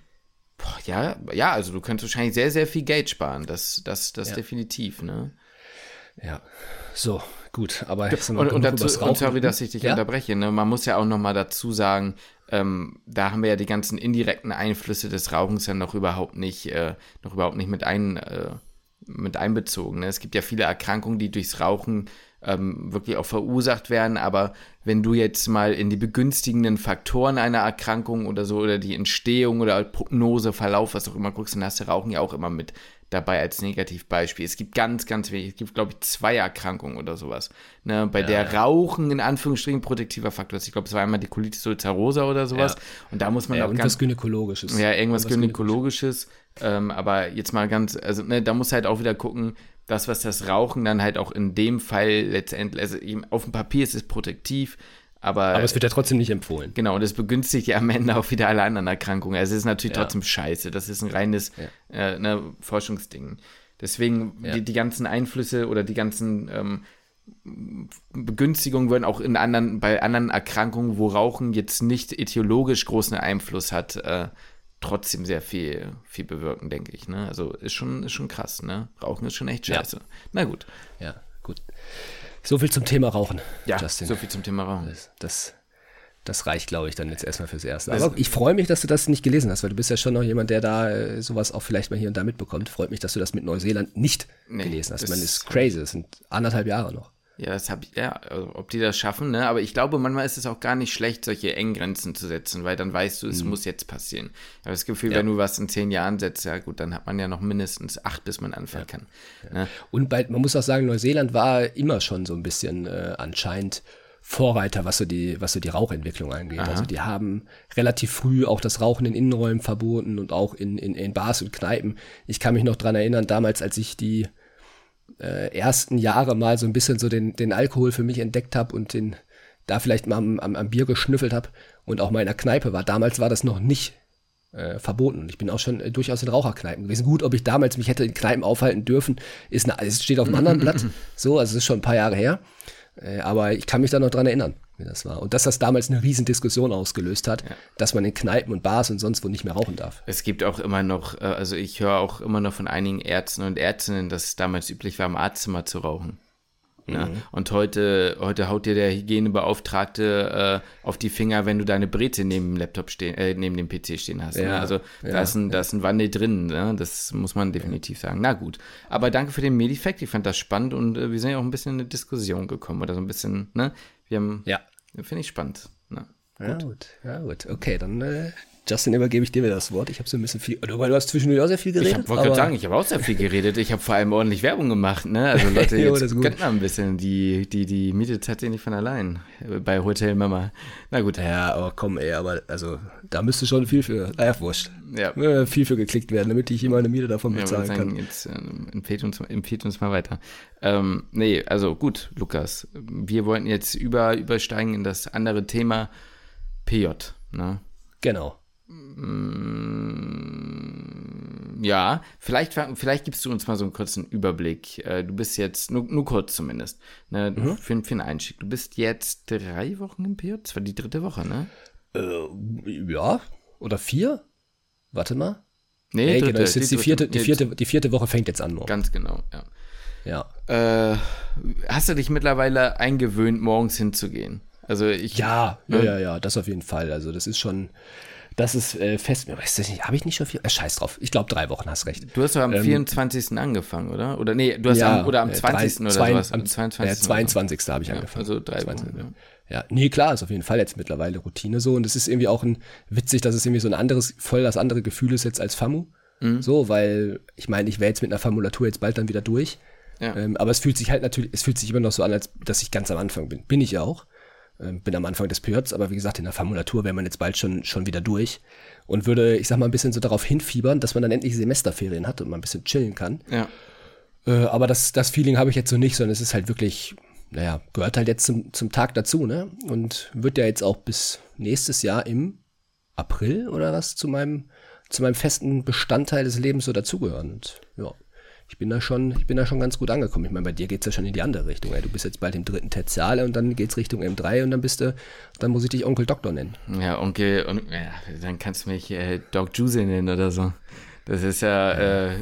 S2: also du könntest wahrscheinlich sehr, sehr viel Geld sparen, das definitiv, ne?
S1: Ja, so, gut, aber
S2: und sorry, dass ich dich unterbreche, ne? Man muss ja auch nochmal dazu sagen, da haben wir ja die ganzen indirekten Einflüsse des Rauchens ja noch überhaupt nicht mit einbezogen. Ne? Es gibt ja viele Erkrankungen, die durchs Rauchen wirklich auch verursacht werden, aber wenn du jetzt mal in die begünstigenden Faktoren einer Erkrankung oder so oder die Entstehung oder Prognose, Verlauf, was auch immer guckst, dann hast du Rauchen ja auch immer mit dabei als Negativbeispiel. Es gibt ganz, ganz wenig, es gibt, glaube ich, 2 Erkrankungen oder sowas, ne, bei der Rauchen in Anführungsstrichen protektiver Faktor ist. Ich glaube, es war einmal die Colitis ulcerosa oder sowas. Ja. Und da muss man auch
S1: irgendwas Gynäkologisches.
S2: Ja, irgendwas Gynäkologisches. Aber jetzt mal ganz, also ne, da muss halt auch wieder gucken, was das Rauchen dann halt auch in dem Fall letztendlich, also eben auf dem Papier ist es protektiv, aber
S1: es wird ja trotzdem nicht empfohlen.
S2: Genau, und es begünstigt ja am Ende auch wieder alle anderen Erkrankungen. Also es ist natürlich trotzdem scheiße. Das ist ein reines Forschungsding. Deswegen die ganzen Einflüsse oder die ganzen Begünstigungen würden auch bei anderen Erkrankungen, wo Rauchen jetzt nicht etiologisch großen Einfluss hat, trotzdem sehr viel bewirken, denke ich. Ne? Also ist schon krass. Ne? Rauchen ist schon echt scheiße. Ja. Na gut.
S1: Ja, gut. So viel zum Thema Rauchen.
S2: Ja,
S1: Justin.
S2: So viel zum Thema Rauchen.
S1: Das reicht, glaube ich, dann jetzt erstmal fürs Erste. Aber ich freue mich, dass du das nicht gelesen hast, weil du bist ja schon noch jemand, der da sowas auch vielleicht mal hier und da mitbekommt. Freut mich, dass du das mit Neuseeland nicht gelesen hast. Ich meine, das ist crazy. Das sind 1,5 Jahre noch.
S2: Ja, also ob die das schaffen, ne? Aber ich glaube, manchmal ist es auch gar nicht schlecht, solche engen Grenzen zu setzen, weil dann weißt du, es muss jetzt passieren. Ich habe das Gefühl, wenn du was in 10 Jahren setzt, ja gut, dann hat man ja noch mindestens 8, bis man anfangen kann.
S1: Ja. Ne? Und man muss auch sagen, Neuseeland war immer schon so ein bisschen anscheinend Vorreiter, was so die Rauchentwicklung angeht. Aha. Also die haben relativ früh auch das Rauchen in Innenräumen verboten und auch in Bars und Kneipen. Ich kann mich noch dran erinnern, damals, als ich die ersten Jahre mal so ein bisschen so den Alkohol für mich entdeckt habe und da vielleicht mal am Bier geschnüffelt habe und auch mal in der Kneipe war. Damals war das noch nicht verboten. Und ich bin auch schon durchaus in Raucherkneipen gewesen. Gut, ob ich damals mich hätte in Kneipen aufhalten dürfen, es steht auf einem anderen Blatt. So, also es ist schon ein paar Jahre her. Aber ich kann mich da noch dran erinnern, wie das war. Und dass das damals eine riesen Diskussion ausgelöst hat, dass man in Kneipen und Bars und sonst wo nicht mehr rauchen darf.
S2: Es gibt auch immer noch, also ich höre auch immer noch von einigen Ärzten und Ärztinnen, dass es damals üblich war, im Arztzimmer zu rauchen. Ja? Und heute haut dir der Hygienebeauftragte auf die Finger, wenn du deine Breze neben dem PC stehen hast. Ne? Also da ist ein Wandel drin, ne? Das muss man definitiv sagen. Na gut, aber danke für den Medifact, ich fand das spannend und wir sind ja auch ein bisschen in eine Diskussion gekommen oder so ein bisschen, ne? Finde ich spannend. Ne?
S1: Ja gut, okay, dann Justin, übergebe ich dir wieder das Wort. Ich habe so ein bisschen viel, du hast zwischendurch auch sehr viel geredet.
S2: Ich wollte gerade sagen, ich habe auch sehr viel geredet. Ich habe vor allem ordentlich Werbung gemacht. Ne? Also Leute, jetzt gönnt mal ein bisschen. Die Miete zahlt sich nicht von allein bei Hotel Mama. Na gut.
S1: Ja, aber komm aber also da müsste schon viel für, wurscht. Ja. Viel für geklickt werden, damit ich immer eine Miete davon bezahlen kann.
S2: Jetzt empfiehlt uns mal weiter. Also gut, Lukas. Wir wollten jetzt übersteigen in das andere Thema PJ. Ne?
S1: Genau.
S2: Ja, vielleicht gibst du uns mal so einen kurzen Überblick. Du bist jetzt, nur kurz zumindest, ne, für einen Einstieg. Du bist jetzt 3 Wochen im PJ, das war die 3. Woche, ne?
S1: Ja, oder 4? Warte mal.
S2: Nee,
S1: genau, das ist jetzt die vierte Woche fängt jetzt an morgen.
S2: Ganz genau, ja. Hast du dich mittlerweile eingewöhnt, morgens hinzugehen? Also
S1: Ja, das auf jeden Fall. Also das ist schon... Das ist fest. Habe ich nicht schon viel? Scheiß drauf. Ich glaube, 3 Wochen, hast recht.
S2: Du hast doch am 24. angefangen, oder? Oder nee, du hast am 20. oder sowas. Am 22.
S1: 22. habe ich angefangen.
S2: Also 3 Wochen.
S1: Ja, nee, klar, ist auf jeden Fall jetzt mittlerweile Routine so. Und es ist irgendwie auch witzig, dass es irgendwie so voll das andere Gefühl ist jetzt als FAMU. So, weil ich meine, ich wäre jetzt mit einer Formulatur jetzt bald dann wieder durch. Ja. Aber es fühlt sich immer noch so an, als dass ich ganz am Anfang bin. Bin ich ja auch. Bin am Anfang des PJs, aber wie gesagt, in der Formulatur wäre man jetzt bald schon wieder durch und würde, ich sag mal, ein bisschen so darauf hinfiebern, dass man dann endlich Semesterferien hat und mal ein bisschen chillen kann.
S2: Ja.
S1: Aber das Feeling habe ich jetzt so nicht, sondern es ist halt wirklich, gehört halt jetzt zum Tag dazu, ne? Und wird ja jetzt auch bis nächstes Jahr im April oder was zu meinem festen Bestandteil des Lebens so dazugehören. Und ja. Ich bin da schon ganz gut angekommen. Ich meine, bei dir geht's ja schon in die andere Richtung. Ey. Du bist jetzt bald im 3. Tertiale und dann geht's Richtung M3 und dann muss ich dich Onkel Doktor nennen.
S2: Ja, Onkel, dann kannst du mich Doc Juicy nennen oder so. Das ist ja,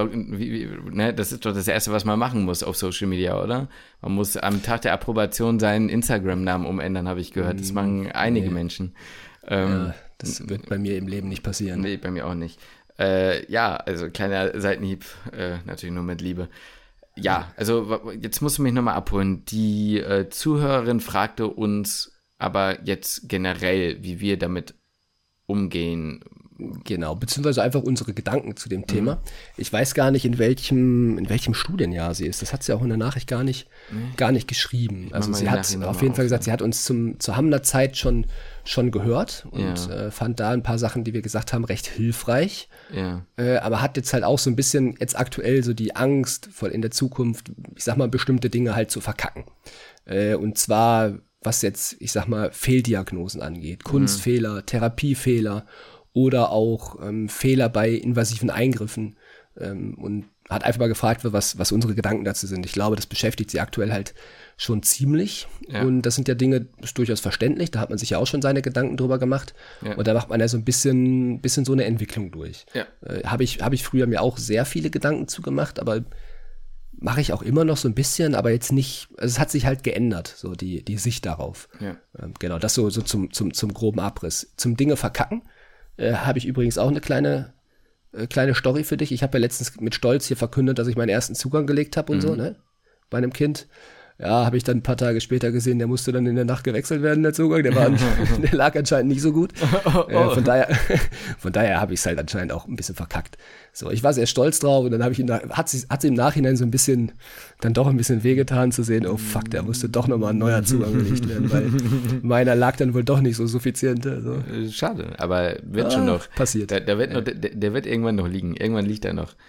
S2: das ist doch das Erste, was man machen muss auf Social Media, oder? Man muss am Tag der Approbation seinen Instagram-Namen umändern, habe ich gehört. Das machen einige Menschen.
S1: Das wird bei mir im Leben nicht passieren.
S2: Nee, bei mir auch nicht. Also kleiner Seitenhieb, natürlich nur mit Liebe. Ja, also jetzt musst du mich nochmal abholen. Die Zuhörerin fragte uns aber jetzt generell, wie wir damit umgehen
S1: Genau, beziehungsweise einfach unsere Gedanken zu dem Thema. Ich weiß gar nicht, in welchem Studienjahr sie ist. Das hat sie auch in der Nachricht gar nicht geschrieben. Also sie hat auf jeden Fall gesagt, sie hat uns zur Hamner Zeit schon gehört und fand da ein paar Sachen, die wir gesagt haben, recht hilfreich.
S2: Ja.
S1: Aber hat jetzt halt auch so ein bisschen jetzt aktuell so die Angst vor in der Zukunft, ich sag mal, bestimmte Dinge halt zu verkacken. Und zwar, was jetzt, ich sag mal, Fehldiagnosen angeht, Kunstfehler, Therapiefehler oder auch Fehler bei invasiven Eingriffen und hat einfach mal gefragt, was unsere Gedanken dazu sind. Ich glaube, das beschäftigt sie aktuell halt schon ziemlich und das sind ja Dinge, ist durchaus verständlich, da hat man sich ja auch schon seine Gedanken drüber gemacht und da macht man ja so ein bisschen so eine Entwicklung durch.
S2: Ja.
S1: Habe ich früher mir auch sehr viele Gedanken zugemacht, aber mache ich auch immer noch so ein bisschen, aber jetzt nicht, also es hat sich halt geändert, so die Sicht darauf.
S2: Ja.
S1: Genau, das so zum groben Abriss. Zum Dinge verkacken habe ich übrigens auch eine kleine Story für dich. Ich habe ja letztens mit Stolz hier verkündet, dass ich meinen ersten Zugang gelegt habe und so, ne? Bei einem Kind. Ja, habe ich dann ein paar Tage später gesehen, der musste dann in der Nacht gewechselt werden, der Zugang. Der lag anscheinend nicht so gut. Von daher habe ich es halt anscheinend auch ein bisschen verkackt. So, ich war sehr stolz drauf und dann hat sie im Nachhinein so ein bisschen, dann doch ein bisschen wehgetan zu sehen, oh fuck, der musste doch nochmal ein neuer Zugang gelegt werden, weil meiner lag dann wohl doch nicht so suffizient. Also.
S2: Schade, aber wird schon noch.
S1: Passiert.
S2: Der wird irgendwann noch liegen. Irgendwann liegt er noch.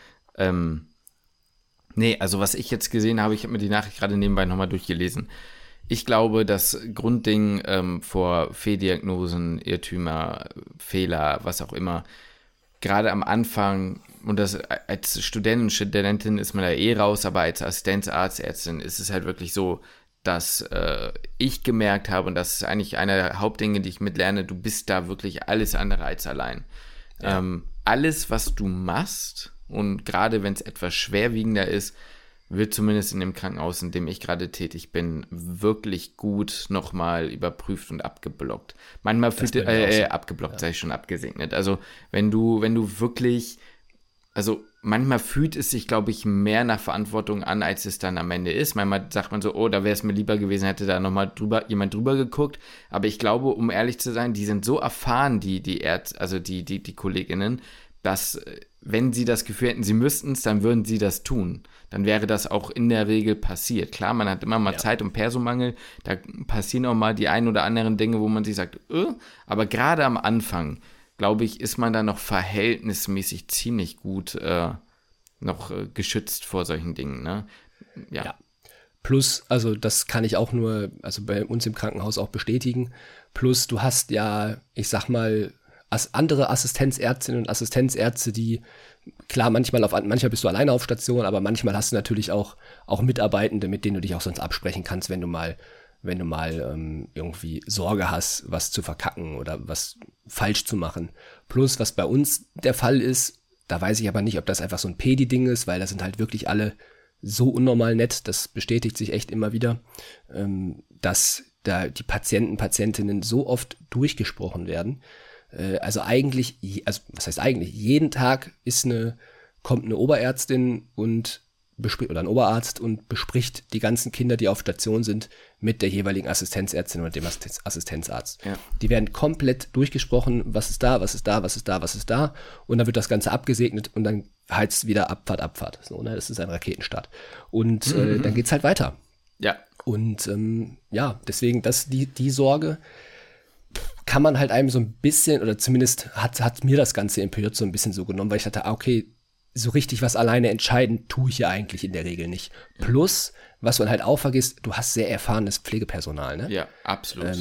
S2: Nee, also was ich jetzt gesehen habe, ich habe mir die Nachricht gerade nebenbei nochmal durchgelesen. Ich glaube, das Grundding vor Fehldiagnosen, Irrtümer, Fehler, was auch immer, gerade am Anfang, und das als Student und Studentin ist man da raus, aber als Assistenzarzt, Ärztin ist es halt wirklich so, dass ich gemerkt habe, und das ist eigentlich einer der Hauptdinge, die ich mitlerne, du bist da wirklich alles andere als allein. Ja. Alles, was du machst, und gerade wenn es etwas schwerwiegender ist, wird zumindest in dem Krankenhaus, in dem ich gerade tätig bin, wirklich gut nochmal überprüft und abgeblockt. Manchmal abgeblockt, sei ich schon abgesegnet. Also wenn du wirklich, also manchmal fühlt es sich, glaube ich, mehr nach Verantwortung an, als es dann am Ende ist. Manchmal sagt man so, oh, da wäre es mir lieber gewesen, hätte da nochmal jemand drüber geguckt. Aber ich glaube, um ehrlich zu sein, die sind so erfahren, die Ärzte, also die Kolleginnen, dass wenn sie das Gefühl hätten, sie müssten es, dann würden sie das tun. Dann wäre das auch in der Regel passiert. Klar, man hat immer mal Zeit- und Personalmangel, da passieren auch mal die ein oder anderen Dinge, wo man sich sagt, aber gerade am Anfang, glaube ich, ist man da noch verhältnismäßig ziemlich gut noch geschützt vor solchen Dingen. Ne? Ja.
S1: Plus, also das kann ich auch nur, also bei uns im Krankenhaus auch bestätigen, plus du hast ja, ich sag mal, andere Assistenzärztinnen und Assistenzärzte, die, klar, manchmal bist du alleine auf Station, aber manchmal hast du natürlich auch Mitarbeitende, mit denen du dich auch sonst absprechen kannst, wenn du mal irgendwie Sorge hast, was zu verkacken oder was falsch zu machen. Plus, was bei uns der Fall ist, da weiß ich aber nicht, ob das einfach so ein Pedi-Ding ist, weil da sind halt wirklich alle so unnormal nett, das bestätigt sich echt immer wieder, dass da die Patientinnen so oft durchgesprochen werden. Also was heißt eigentlich? Jeden Tag kommt eine Oberärztin oder ein Oberarzt und bespricht die ganzen Kinder, die auf Station sind, mit der jeweiligen Assistenzärztin oder dem Assistenzarzt. Ja. Die werden komplett durchgesprochen, was ist da, was ist da, was ist da, was ist da, und dann wird das Ganze abgesegnet und dann heißt es wieder Abfahrt. So, ne? Das ist ein Raketenstart. Und dann geht's halt weiter.
S2: Ja.
S1: Und deswegen, die Sorge kann man halt einem so ein bisschen, oder zumindest hat mir das Ganze im Period so ein bisschen so genommen, weil ich dachte, okay, so richtig was alleine entscheiden tue ich ja eigentlich in der Regel nicht. Plus, was man halt auch vergisst, du hast sehr erfahrenes Pflegepersonal, ne?
S2: Ja, absolut.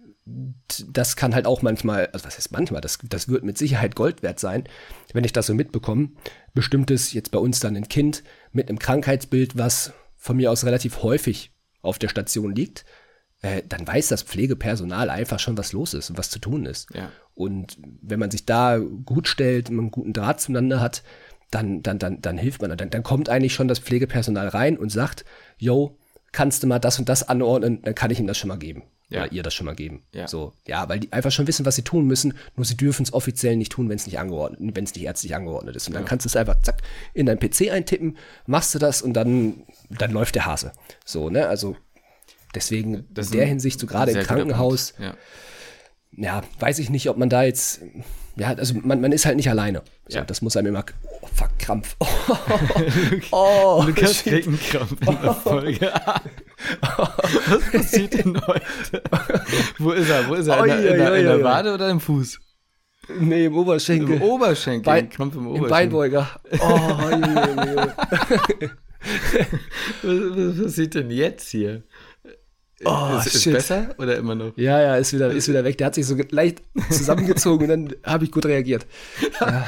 S1: Das kann halt auch manchmal, also was heißt manchmal, das wird mit Sicherheit Gold wert sein, wenn ich das so mitbekomme. Bestimmtes, jetzt bei uns dann ein Kind mit einem Krankheitsbild, was von mir aus relativ häufig auf der Station liegt, dann weiß das Pflegepersonal einfach schon, was los ist und was zu tun ist.
S2: Ja.
S1: Und wenn man sich da gut stellt und einen guten Draht zueinander hat, dann hilft man. Dann kommt eigentlich schon das Pflegepersonal rein und sagt, yo, kannst du mal das und das anordnen, dann kann ich ihm das schon mal geben.
S2: Ja.
S1: Oder ihr das schon mal geben.
S2: Ja.
S1: So, ja, weil die einfach schon wissen, was sie tun müssen, nur sie dürfen es offiziell nicht tun, wenn es nicht ärztlich angeordnet ist. Und dann kannst du es einfach zack in dein PC eintippen, machst du das und dann läuft der Hase. So, ne, also deswegen in der Hinsicht, so gerade im Krankenhaus, weiß ich nicht, ob man da jetzt ja, also man ist halt nicht alleine. So,
S2: Ja.
S1: das muss einem immer, oh, fuck, Krampf.
S2: Lukas kriegt einen Krampf in der Folge. Was passiert denn heute? Wo ist er? In der Wade oder im Fuß?
S1: Nee, im Oberschenkel.
S2: Im Oberschenkel. Krampf im Oberschenkel.
S1: Im Beinbeuger.
S2: Was passiert denn jetzt hier? Ist
S1: shit.
S2: besser oder immer noch?
S1: Ja, ist wieder weg. Der hat sich so leicht zusammengezogen und dann habe ich gut reagiert. Ja.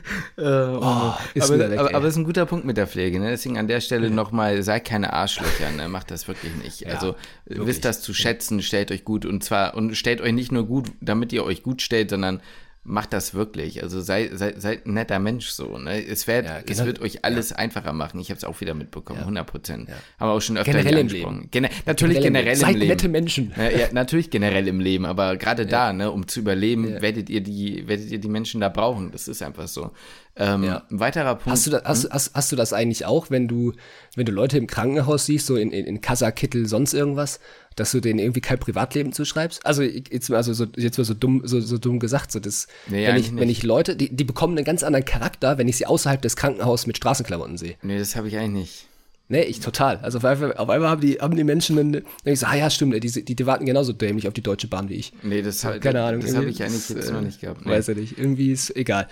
S1: Ist wieder weg,
S2: aber ist ein guter Punkt mit der Pflege, ne? Deswegen an der Stelle nochmal, seid keine Arschlöcher, ne? Macht das wirklich nicht.
S1: Ja,
S2: also
S1: wirklich.
S2: wisst das zu schätzen, stellt euch gut und stellt euch nicht nur gut, damit ihr euch gut stellt, sondern macht das wirklich. Also seid ein netter Mensch so. Ne? Es wird euch alles einfacher machen. Ich habe es auch wieder mitbekommen, 100%. Haben wir auch schon öfter
S1: Generell im
S2: angesprochen. Natürlich generell im
S1: Seid
S2: Leben.
S1: nette Menschen.
S2: Ja, natürlich generell im Leben, aber gerade da, ne, um zu überleben, werdet ihr die Menschen da brauchen. Das ist einfach so. Ein weiterer Punkt.
S1: Hast du das eigentlich auch, wenn du Leute im Krankenhaus siehst, so in Kasakittel, sonst irgendwas, dass du denen irgendwie kein Privatleben zuschreibst? Also jetzt mal so dumm gesagt, so das,
S2: Nee,
S1: wenn ich Leute, die bekommen einen ganz anderen Charakter, wenn ich sie außerhalb des Krankenhauses mit Straßenklamotten sehe.
S2: Nee, das habe ich eigentlich nicht.
S1: Nee, ich total. Also auf einmal haben die Menschen dann ich so, ja, stimmt, die warten genauso dämlich auf die Deutsche Bahn wie ich.
S2: Nee, keine
S1: Ahnung.
S2: Das habe ich eigentlich jetzt noch nicht gehabt. Nee.
S1: Weiß ja nicht. Irgendwie ist egal.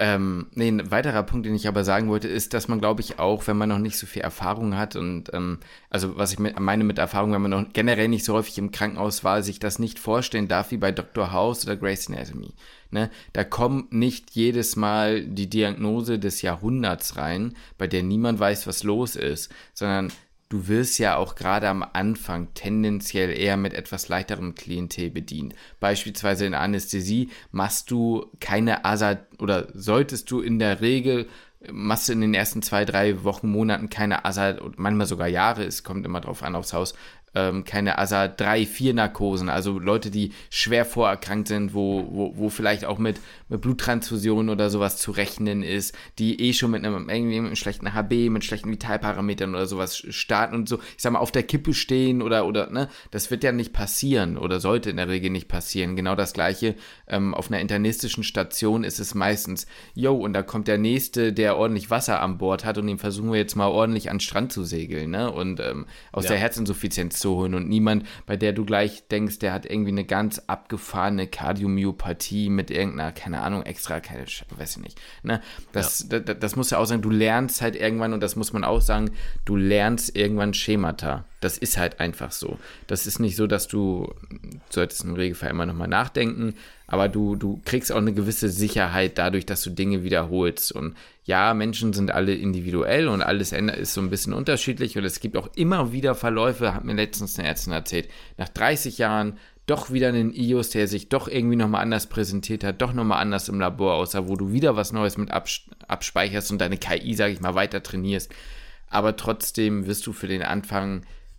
S2: Ein weiterer Punkt, den ich aber sagen wollte, ist, dass man, glaube ich, auch, wenn man noch nicht so viel Erfahrung hat und, also was ich meine mit Erfahrung, wenn man noch generell nicht so häufig im Krankenhaus war, sich das nicht vorstellen darf wie bei Dr. House oder Grey's Anatomy. Ne? Da kommt nicht jedes Mal die Diagnose des Jahrhunderts rein, bei der niemand weiß, was los ist, sondern du wirst ja auch gerade am Anfang tendenziell eher mit etwas leichterem Klientel bedient. Beispielsweise in der Anästhesie machst du keine ASA oder solltest du in der Regel, machst du in den ersten 2, 3 Wochen, Monaten keine ASA, manchmal sogar Jahre, es kommt immer drauf an aufs Haus, keine ASA 3, 4 Narkosen, also Leute, die schwer vorerkrankt sind, wo vielleicht auch mit Bluttransfusionen oder sowas zu rechnen ist, die schon mit einem schlechten HB, mit schlechten Vitalparametern oder sowas starten und so, ich sag mal, auf der Kippe stehen oder ne, das wird ja nicht passieren oder sollte in der Regel nicht passieren. Genau das Gleiche, auf einer internistischen Station ist es meistens, und da kommt der Nächste, der ordentlich Wasser an Bord hat und den versuchen wir jetzt mal ordentlich an den Strand zu segeln, ne, und aus der Herzinsuffizienz zu holen und niemand, bei der du gleich denkst, der hat irgendwie eine ganz abgefahrene Kardiomyopathie mit irgendeiner, keine Ahnung, weiß ich nicht, ne, das muss ja auch sagen, du lernst halt irgendwann, und das muss man auch sagen, du lernst irgendwann Schemata. Das ist halt einfach so. Das ist nicht so, dass du solltest im Regelfall immer nochmal nachdenken, aber du kriegst auch eine gewisse Sicherheit dadurch, dass du Dinge wiederholst. Und ja, Menschen sind alle individuell und alles ist so ein bisschen unterschiedlich und es gibt auch immer wieder Verläufe, hat mir letztens eine Ärztin erzählt, nach 30 Jahren doch wieder einen IOS, der sich doch irgendwie nochmal anders präsentiert hat, doch nochmal anders im Labor aussah, wo du wieder was Neues mit abspeicherst und deine KI, sage ich mal, weiter trainierst. Aber trotzdem wirst du für den Anfang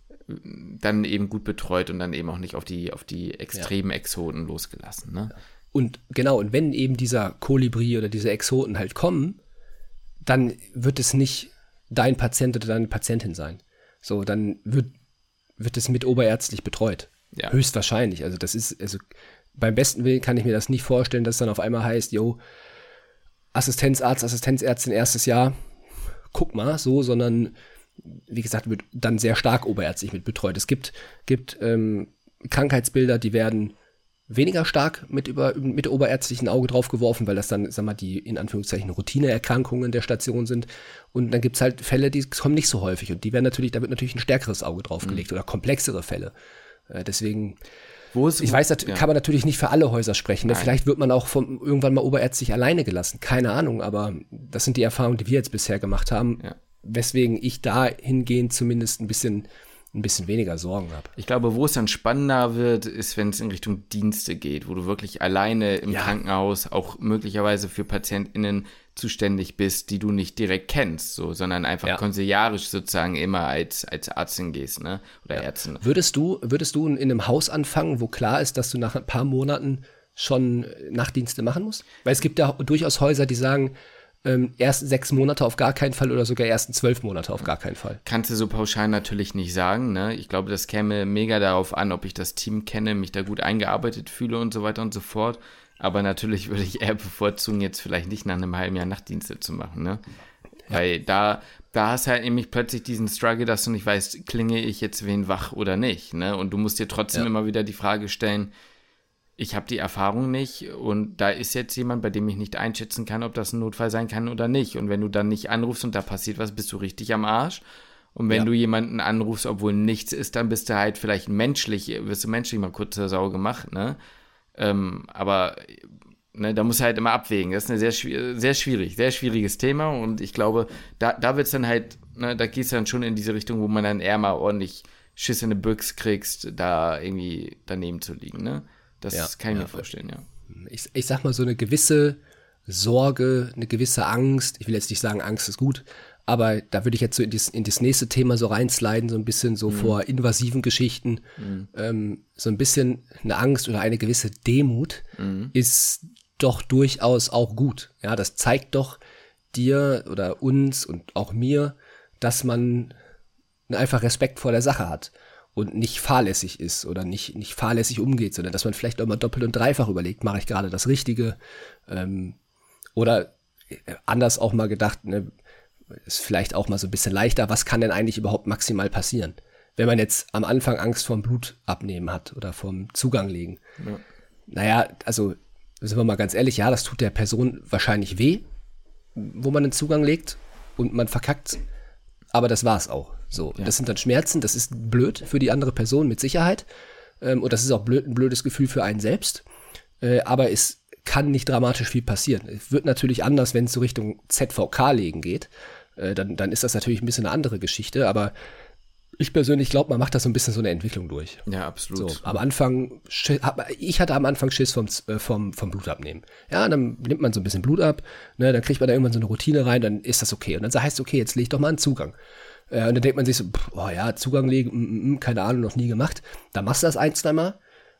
S2: dann eben gut betreut und dann eben auch nicht auf die extremen Exoten losgelassen. Ne?
S1: Und genau, und wenn eben dieser Kolibri oder diese Exoten halt kommen, dann wird es nicht dein Patient oder deine Patientin sein. So, dann wird es mit oberärztlich betreut. Ja. Höchstwahrscheinlich. Also das ist, beim besten Willen kann ich mir das nicht vorstellen, dass dann auf einmal heißt, Assistenzarzt, Assistenzärztin, erstes Jahr, guck mal, so, sondern wie gesagt, wird dann sehr stark oberärztlich mit betreut. Es gibt Krankheitsbilder, die werden weniger stark mit oberärztlichen Auge drauf geworfen, weil das dann, sag mal, die in Anführungszeichen Routineerkrankungen der Station sind. Und dann gibt es halt Fälle, die kommen nicht so häufig und da wird natürlich ein stärkeres Auge draufgelegt oder komplexere Fälle. Deswegen, ich weiß, das kann man natürlich nicht für alle Häuser sprechen. Ne? Vielleicht wird man auch irgendwann mal oberärztlich alleine gelassen. Keine Ahnung, aber das sind die Erfahrungen, die wir jetzt bisher gemacht haben. Ja. Weswegen ich dahingehend zumindest ein bisschen weniger Sorgen habe.
S2: Ich glaube, wo es dann spannender wird, ist, wenn es in Richtung Dienste geht, wo du wirklich alleine im Krankenhaus auch möglicherweise für PatientInnen zuständig bist, die du nicht direkt kennst, so, sondern einfach konsiliarisch sozusagen immer als Arztin gehst, ne? Oder Ärztin.
S1: Würdest du in einem Haus anfangen, wo klar ist, dass du nach ein paar Monaten schon Nachtdienste machen musst? Weil es gibt ja durchaus Häuser, die sagen, ersten 6 Monate auf gar keinen Fall oder sogar ersten 12 Monate auf gar keinen Fall.
S2: Kannst du so pauschal natürlich nicht sagen, ne? Ich glaube, das käme mega darauf an, ob ich das Team kenne, mich da gut eingearbeitet fühle und so weiter und so fort. Aber natürlich würde ich eher bevorzugen, jetzt vielleicht nicht nach einem halben Jahr Nachtdienste zu machen, ne? Weil da hast du halt nämlich plötzlich diesen Struggle, dass du nicht weißt, klinge ich jetzt wen wach oder nicht, ne? Und du musst dir trotzdem immer wieder die Frage stellen, ich habe die Erfahrung nicht und da ist jetzt jemand, bei dem ich nicht einschätzen kann, ob das ein Notfall sein kann oder nicht. Und wenn du dann nicht anrufst und da passiert was, bist du richtig am Arsch. Und wenn du jemanden anrufst, obwohl nichts ist, dann bist du halt vielleicht wirst du menschlich mal kurz zur Sau gemacht, ne? Aber ne, da musst du halt immer abwägen. Das ist eine sehr schwieriges Thema und ich glaube, da wird es dann halt, ne, da geht es dann schon in diese Richtung, wo man dann eher mal ordentlich Schiss in eine Büchse kriegst, da irgendwie daneben zu liegen, ne? Das kann ich mir vorstellen, ja.
S1: Ich sag mal, so eine gewisse Sorge, eine gewisse Angst, ich will jetzt nicht sagen, Angst ist gut, aber da würde ich jetzt so in das nächste Thema so reinsliden, so ein bisschen so vor invasiven Geschichten, so ein bisschen eine Angst oder eine gewisse Demut ist doch durchaus auch gut. Ja, das zeigt doch dir oder uns und auch mir, dass man einfach Respekt vor der Sache hat und nicht fahrlässig ist oder nicht fahrlässig umgeht, sondern dass man vielleicht auch mal doppelt und dreifach überlegt, mache ich gerade das Richtige? Oder anders auch mal gedacht, ne, ist vielleicht auch mal so ein bisschen leichter, was kann denn eigentlich überhaupt maximal passieren? Wenn man jetzt am Anfang Angst vorm Blutabnehmen hat oder vorm Zugang legen. Ja. Naja, also sind wir mal ganz ehrlich, ja, das tut der Person wahrscheinlich weh, wo man den Zugang legt und man verkackt, aber das war's auch. So, das sind dann Schmerzen, das ist blöd für die andere Person mit Sicherheit und das ist auch ein blödes Gefühl für einen selbst, aber es kann nicht dramatisch viel passieren. Es wird natürlich anders, wenn es so Richtung ZVK-Legen geht, dann ist das natürlich ein bisschen eine andere Geschichte, aber ich persönlich glaube, man macht da so ein bisschen so eine Entwicklung durch.
S2: Ja, absolut.
S1: So, am Anfang, ich hatte am Anfang Schiss vom Blutabnehmen. Ja, dann nimmt man so ein bisschen Blut ab, ne, dann kriegt man da irgendwann so eine Routine rein, dann ist das okay. Und dann heißt es, okay, jetzt leg doch mal einen Zugang. Und dann denkt man sich so, Zugang legen, keine Ahnung, noch nie gemacht. Dann machst du das 1-2 Mal.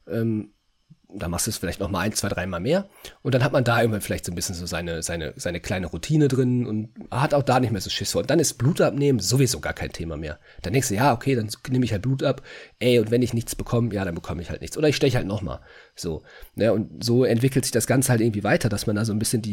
S1: Dann machst du es vielleicht noch mal 1, 2, 3 Mal mehr. Und dann hat man da irgendwann vielleicht so ein bisschen so seine kleine Routine drin und hat auch da nicht mehr so Schiss vor. Und dann ist Blutabnehmen sowieso gar kein Thema mehr. Dann denkst du, ja, okay, dann nehme ich halt Blut ab. Und wenn ich nichts bekomme, ja, dann bekomme ich halt nichts. Oder ich steche halt noch mal. So. Ne, und so entwickelt sich das Ganze halt irgendwie weiter, dass man da so ein bisschen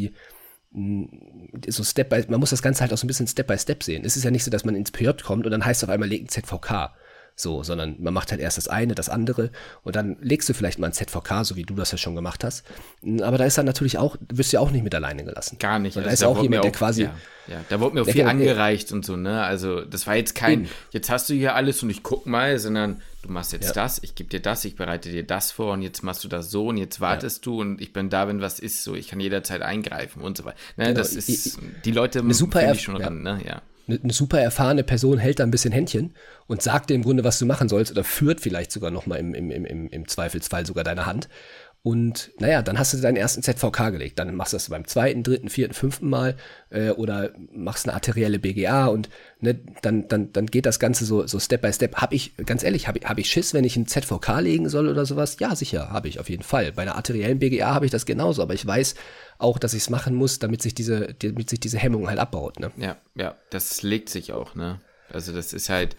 S1: man muss das Ganze halt auch so ein bisschen Step by Step sehen. Es ist ja nicht so, dass man ins PJ kommt und dann heißt es auf einmal, leg ein ZVK. So, sondern man macht halt erst das eine, das andere und dann legst du vielleicht mal ein ZVK, so wie du das ja schon gemacht hast. Aber da ist dann natürlich auch, wirst du ja auch nicht mit alleine gelassen.
S2: Gar nicht.
S1: Da ist ja auch jemand, der quasi...
S2: Ja, da wurde mir auch viel angereicht und so, ne? Also das war jetzt kein, jetzt hast du hier alles und ich guck mal, sondern du machst jetzt das, ich gebe dir das, ich bereite dir das vor und jetzt machst du das so und jetzt wartest du und ich bin da, wenn was ist, so, ich kann jederzeit eingreifen und so weiter. Ne, genau. Das ist, die Leute finde ich schon ran, ne? Ja.
S1: Eine super erfahrene Person hält da ein bisschen Händchen und sagt dir im Grunde, was du machen sollst oder führt vielleicht sogar noch mal im Zweifelsfall sogar deine Hand. Und naja, dann hast du deinen ersten ZVK gelegt. Dann machst du das beim 2., 3., 4., 5. Mal oder machst eine arterielle BGA und ne, dann geht das Ganze so Step by Step. Ganz ehrlich, hab ich Schiss, wenn ich einen ZVK legen soll oder sowas? Ja, sicher, habe ich auf jeden Fall. Bei einer arteriellen BGA habe ich das genauso, aber ich weiß auch, dass ich es machen muss, damit sich diese Hemmung halt abbaut. Ne?
S2: Ja, das legt sich auch, ne? Also das ist halt...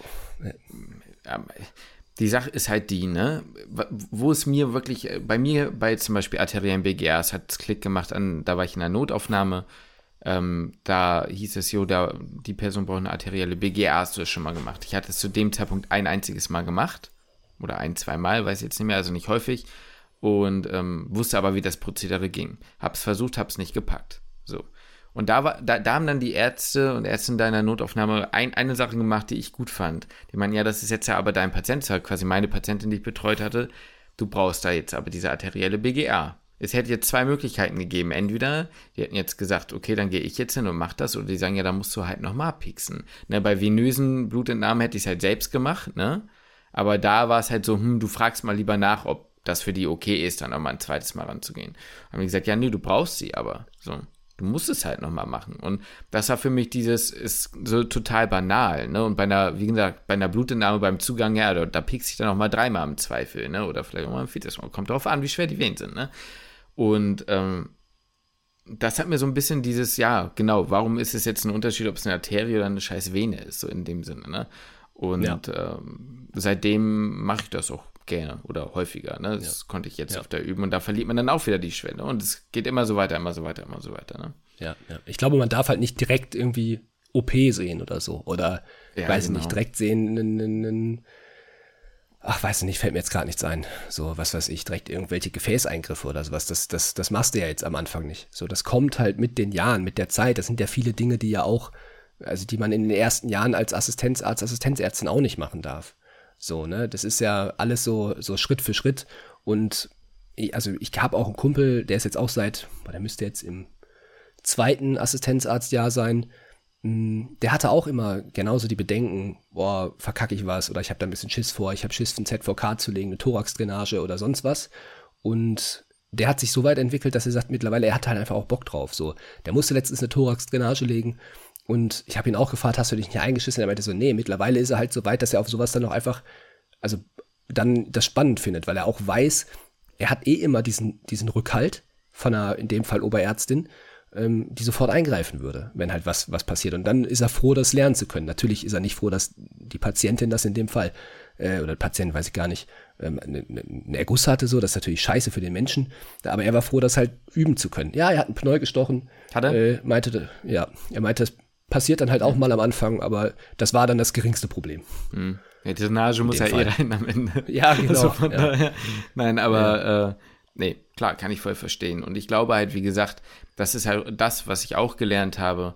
S2: Die Sache ist halt die, ne, wo es mir wirklich, bei zum Beispiel arteriellen BGRs hat es Klick gemacht, da war ich in der Notaufnahme, da hieß es, die Person braucht eine arterielle BGR, hast du das schon mal gemacht. Ich hatte es zu dem Zeitpunkt ein einziges Mal gemacht, oder 1-2 Mal, weiß jetzt nicht mehr, also nicht häufig, und wusste aber, wie das Prozedere ging. Hab's versucht, hab's nicht gepackt, so. Und da haben dann die Ärzte und Ärztinnen deiner Notaufnahme eine Sache gemacht, die ich gut fand. Die meinen, ja, das ist jetzt ja aber dein Patient, das war quasi meine Patientin, die ich betreut hatte. Du brauchst da jetzt aber diese arterielle BGA. Es hätte jetzt 2 Möglichkeiten gegeben. Entweder, die hätten jetzt gesagt, okay, dann gehe ich jetzt hin und mach das. Oder die sagen, ja, da musst du halt nochmal pieksen. Ne, bei venösen Blutentnahmen hätte ich es halt selbst gemacht, ne? Aber da war es halt so, du fragst mal lieber nach, ob das für die okay ist, dann auch mal ein zweites Mal ranzugehen. Haben die gesagt, ja, nee, du brauchst sie aber. So. Du musst es halt nochmal machen. Und das war für mich ist so total banal, ne? Und bei einer Blutentnahme beim Zugang, ja, da piekst ich dann auch mal 3-mal im Zweifel, ne? Oder vielleicht auch mal ein 4. Mal. Kommt darauf an, wie schwer die Venen sind, ne? Und das hat mir so ein bisschen ja, genau, warum ist es jetzt ein Unterschied, ob es eine Arterie oder eine scheiß Vene ist, so in dem Sinne, ne? Und seitdem mache ich das auch gerne oder häufiger. Ne? Das konnte ich jetzt öfter üben und da verliert man dann auch wieder die Schwelle. Und es geht immer so weiter, immer so weiter, immer so weiter. Ne?
S1: Ja. Ich glaube, man darf halt nicht direkt irgendwie OP sehen oder so. Oder, weiß ich nicht, direkt sehen, weiß ich nicht, fällt mir jetzt gerade nichts ein. So, was weiß ich, direkt irgendwelche Gefäßeingriffe oder sowas. Das machst du ja jetzt am Anfang nicht. So, das kommt halt mit den Jahren, mit der Zeit. Das sind ja viele Dinge, die ja auch, also die man in den ersten Jahren als Assistenzarzt, Assistenzärztin auch nicht machen darf. So, ne, das ist ja alles so Schritt für Schritt. Und ich habe auch einen Kumpel, der ist jetzt auch der müsste jetzt im 2. Assistenzarztjahr sein. Der hatte auch immer genauso die Bedenken, verkacke ich was oder ich habe da ein bisschen Schiss vor, ich habe Schiss, ein ZVK zu legen, eine Thoraxdrainage oder sonst was. Und der hat sich so weit entwickelt, dass er sagt, mittlerweile, er hat halt einfach auch Bock drauf. So, der musste letztens eine Thoraxdrainage legen. Und ich habe ihn auch gefragt, hast du dich nicht eingeschissen? Er meinte so, nee, mittlerweile ist er halt so weit, dass er auf sowas dann auch einfach, also dann das spannend findet, weil er auch weiß, er hat immer diesen Rückhalt von einer, in dem Fall Oberärztin, die sofort eingreifen würde, wenn halt was passiert. Und dann ist er froh, das lernen zu können. Natürlich ist er nicht froh, dass die Patientin das in dem Fall, oder Patient, weiß ich gar nicht, eine Erguss hatte, so, das ist natürlich scheiße für den Menschen, aber er war froh, das halt üben zu können. Ja, er hat einen Pneu gestochen.
S2: Hat er?
S1: Er meinte, das passiert dann halt auch mal am Anfang, aber das war dann das geringste Problem.
S2: Ja, die Drainage muss ja rein am Ende.
S1: Ja, genau.
S2: Also daher, nein, aber nee, klar, kann ich voll verstehen. Und ich glaube halt, wie gesagt, das ist halt das, was ich auch gelernt habe.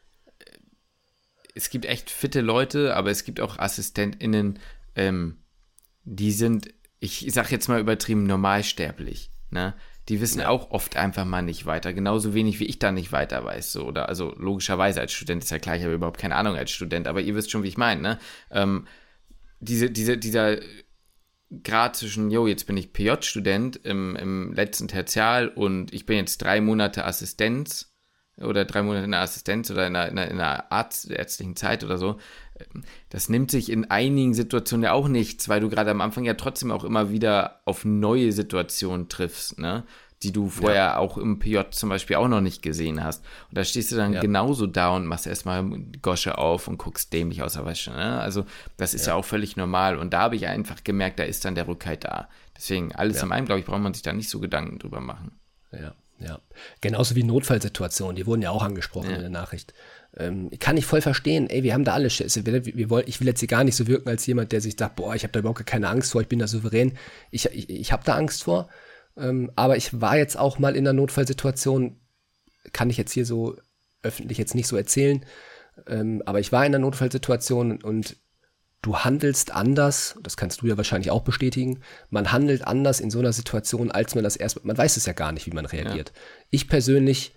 S2: Es gibt echt fitte Leute, aber es gibt auch AssistentInnen, die sind, ich sag jetzt mal übertrieben, normalsterblich, ne? Die wissen auch oft einfach mal nicht weiter. Genauso wenig, wie ich da nicht weiter weiß. So. Oder, also logischerweise als Student ist ja klar, ich habe überhaupt keine Ahnung als Student, aber ihr wisst schon, wie ich meine, ne? Dieser Grad zwischen, jetzt bin ich PJ-Student im letzten Tertial und ich bin jetzt 3 Monate Assistenz oder 3 Monate in der Assistenz oder in einer ärztlichen Zeit oder so, das nimmt sich in einigen Situationen ja auch nichts, weil du gerade am Anfang ja trotzdem auch immer wieder auf neue Situationen triffst, ne? Die du vorher auch im PJ zum Beispiel auch noch nicht gesehen hast. Und da stehst du dann genauso da und machst erstmal die Gosche auf und guckst dämlich aus der Wäsche. Ne? Also das ist ja auch völlig normal. Und da habe ich einfach gemerkt, da ist dann der Rückhalt da. Deswegen alles in einem, glaube ich, braucht man sich da nicht so Gedanken drüber machen.
S1: Ja. Genauso wie Notfallsituationen, die wurden ja auch angesprochen in der Nachricht. Kann ich voll verstehen, wir haben da alle Schiss. Ich will jetzt hier gar nicht so wirken als jemand, der sich sagt, ich habe da überhaupt keine Angst vor, ich bin da souverän. Ich habe da Angst vor. Aber ich war jetzt auch mal in einer Notfallsituation, kann ich jetzt hier so öffentlich jetzt nicht so erzählen, aber ich war in einer Notfallsituation und du handelst anders, das kannst du ja wahrscheinlich auch bestätigen, man handelt anders in so einer Situation, als man weiß es ja gar nicht, wie man reagiert. Ja. Ich persönlich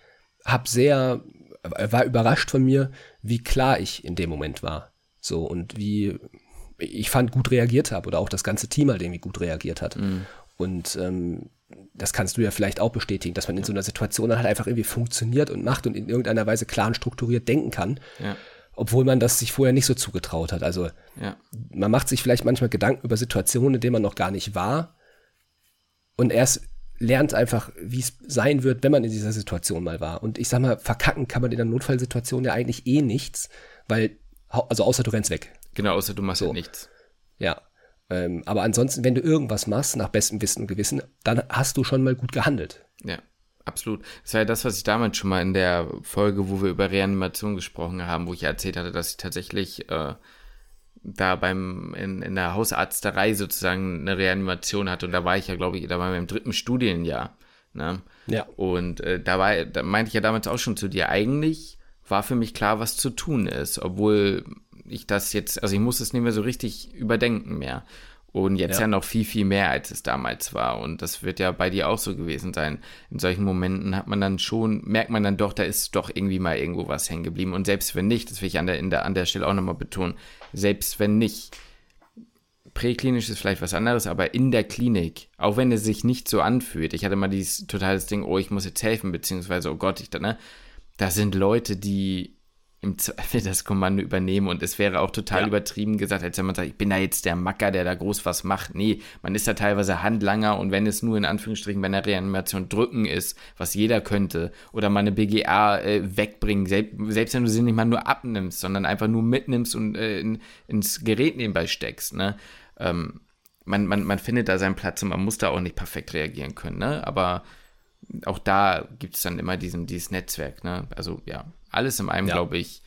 S1: war überrascht von mir, wie klar ich in dem Moment war. So, und wie ich gut reagiert habe oder auch das ganze Team halt irgendwie gut reagiert hat. Und das kannst du ja vielleicht auch bestätigen, dass man in so einer Situation dann halt einfach irgendwie funktioniert und macht und in irgendeiner Weise klar und strukturiert denken kann, obwohl man das sich vorher nicht so zugetraut hat. Also man macht sich vielleicht manchmal Gedanken über Situationen, in denen man noch gar nicht war und erst lernt einfach, wie es sein wird, wenn man in dieser Situation mal war. Und ich sag mal, verkacken kann man in einer Notfallsituation ja eigentlich nichts, weil, also außer du rennst weg.
S2: Genau, außer du machst ja nichts.
S1: Ja. Aber ansonsten, wenn du irgendwas machst, nach bestem Wissen und Gewissen, dann hast du schon mal gut gehandelt.
S2: Ja, absolut. Das war ja das, was ich damals schon mal in der Folge, wo wir über Reanimation gesprochen haben, wo ich erzählt hatte, dass ich tatsächlich da in der Hausarzterei sozusagen eine Reanimation hatte. Und da war ich ja, glaube ich, da war ich im 3. Studienjahr. Ne? Ja. Und da meinte ich ja damals auch schon zu dir, eigentlich war für mich klar, was zu tun ist, obwohl ich das jetzt, also ich muss es nicht mehr so richtig überdenken mehr. Und jetzt ja noch viel, viel mehr, als es damals war. Und das wird ja bei dir auch so gewesen sein. In solchen Momenten merkt man dann doch, da ist doch irgendwie mal irgendwo was hängen geblieben. Und selbst wenn nicht, das will ich an der Stelle auch nochmal betonen, selbst wenn nicht, präklinisch ist vielleicht was anderes, aber in der Klinik, auch wenn es sich nicht so anfühlt, ich hatte mal dieses totales Ding, ich muss jetzt helfen, beziehungsweise, oh Gott, da sind Leute, die im Zweifel das Kommando übernehmen und es wäre auch total übertrieben gesagt, als wenn man sagt, ich bin da jetzt der Macker, der da groß was macht. Nee, man ist da teilweise Handlanger und wenn es nur in Anführungsstrichen bei einer Reanimation drücken ist, was jeder könnte, oder mal eine BGA wegbringen, selbst wenn du sie nicht mal nur abnimmst, sondern einfach nur mitnimmst und ins Gerät nebenbei steckst, ne? man findet da seinen Platz und man muss da auch nicht perfekt reagieren können, ne? Aber auch da gibt es dann immer dieses Netzwerk, ne? Also ja, alles in einem, glaube ich,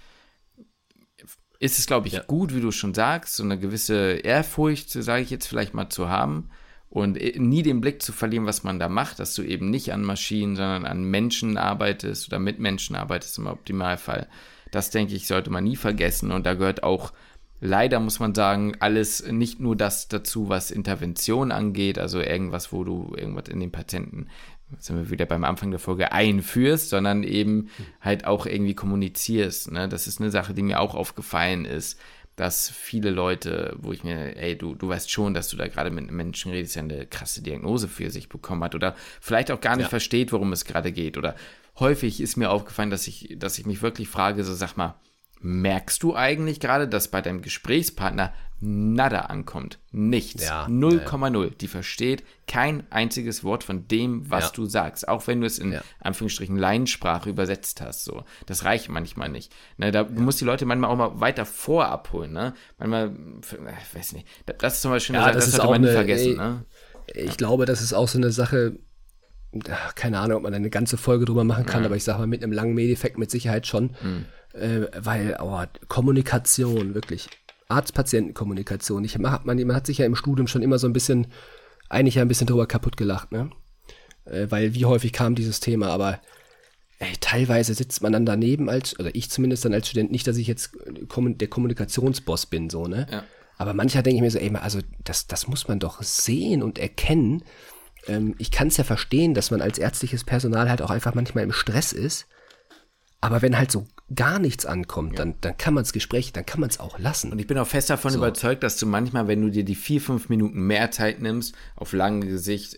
S2: ist es, glaube ich, gut, wie du schon sagst, so eine gewisse Ehrfurcht, sage ich jetzt vielleicht mal, zu haben und nie den Blick zu verlieren, was man da macht, dass du eben nicht an Maschinen, sondern an Menschen arbeitest oder mit Menschen arbeitest im Optimalfall. Das, denke ich, sollte man nie vergessen und da gehört auch leider, muss man sagen, alles, nicht nur das dazu, was Intervention angeht, also irgendwas, wo du irgendwas in den Patienten, sind wir wieder beim Anfang der Folge, einführst, sondern eben halt auch irgendwie kommunizierst. Ne? Das ist eine Sache, die mir auch aufgefallen ist, dass viele Leute, wo ich mir, du weißt schon, dass du da gerade mit einem Menschen redest, der eine krasse Diagnose für sich bekommen hat oder vielleicht auch gar nicht versteht, worum es gerade geht. Oder häufig ist mir aufgefallen, dass ich mich wirklich frage, so sag mal, merkst du eigentlich gerade, dass bei deinem Gesprächspartner nada ankommt? Nichts. 0,0. Die versteht kein einziges Wort von dem, was du sagst. Auch wenn du es in Anführungsstrichen Laiensprache übersetzt hast. So. Das reicht manchmal nicht. Ne, du musst die Leute manchmal auch mal weiter vorabholen. Ne? Manchmal, ich weiß nicht. Das ist zum Beispiel eine Sache, das sollte man nie vergessen. Ne?
S1: Ich glaube, das ist auch so eine Sache, keine Ahnung, ob man eine ganze Folge drüber machen kann, aber ich sage mal, mit einem langen Medeffekt mit Sicherheit schon. Weil Kommunikation, wirklich, Arzt-Patienten-Kommunikation, man hat sich ja im Studium schon immer so ein bisschen drüber kaputt gelacht, ne? Weil wie häufig kam dieses Thema, aber teilweise sitzt man dann daneben oder ich zumindest dann als Student, nicht, dass ich jetzt der Kommunikationsboss bin, so, ne? Ja. Aber manchmal denke ich mir so, also das muss man doch sehen und erkennen. Ich kann es ja verstehen, dass man als ärztliches Personal halt auch einfach manchmal im Stress ist. Aber wenn halt so gar nichts ankommt, dann kann man das Gespräch, dann kann man es auch lassen.
S2: Und ich bin auch fest davon überzeugt, dass du manchmal, wenn du dir die 4-5 Minuten mehr Zeit nimmst, auf lange Sicht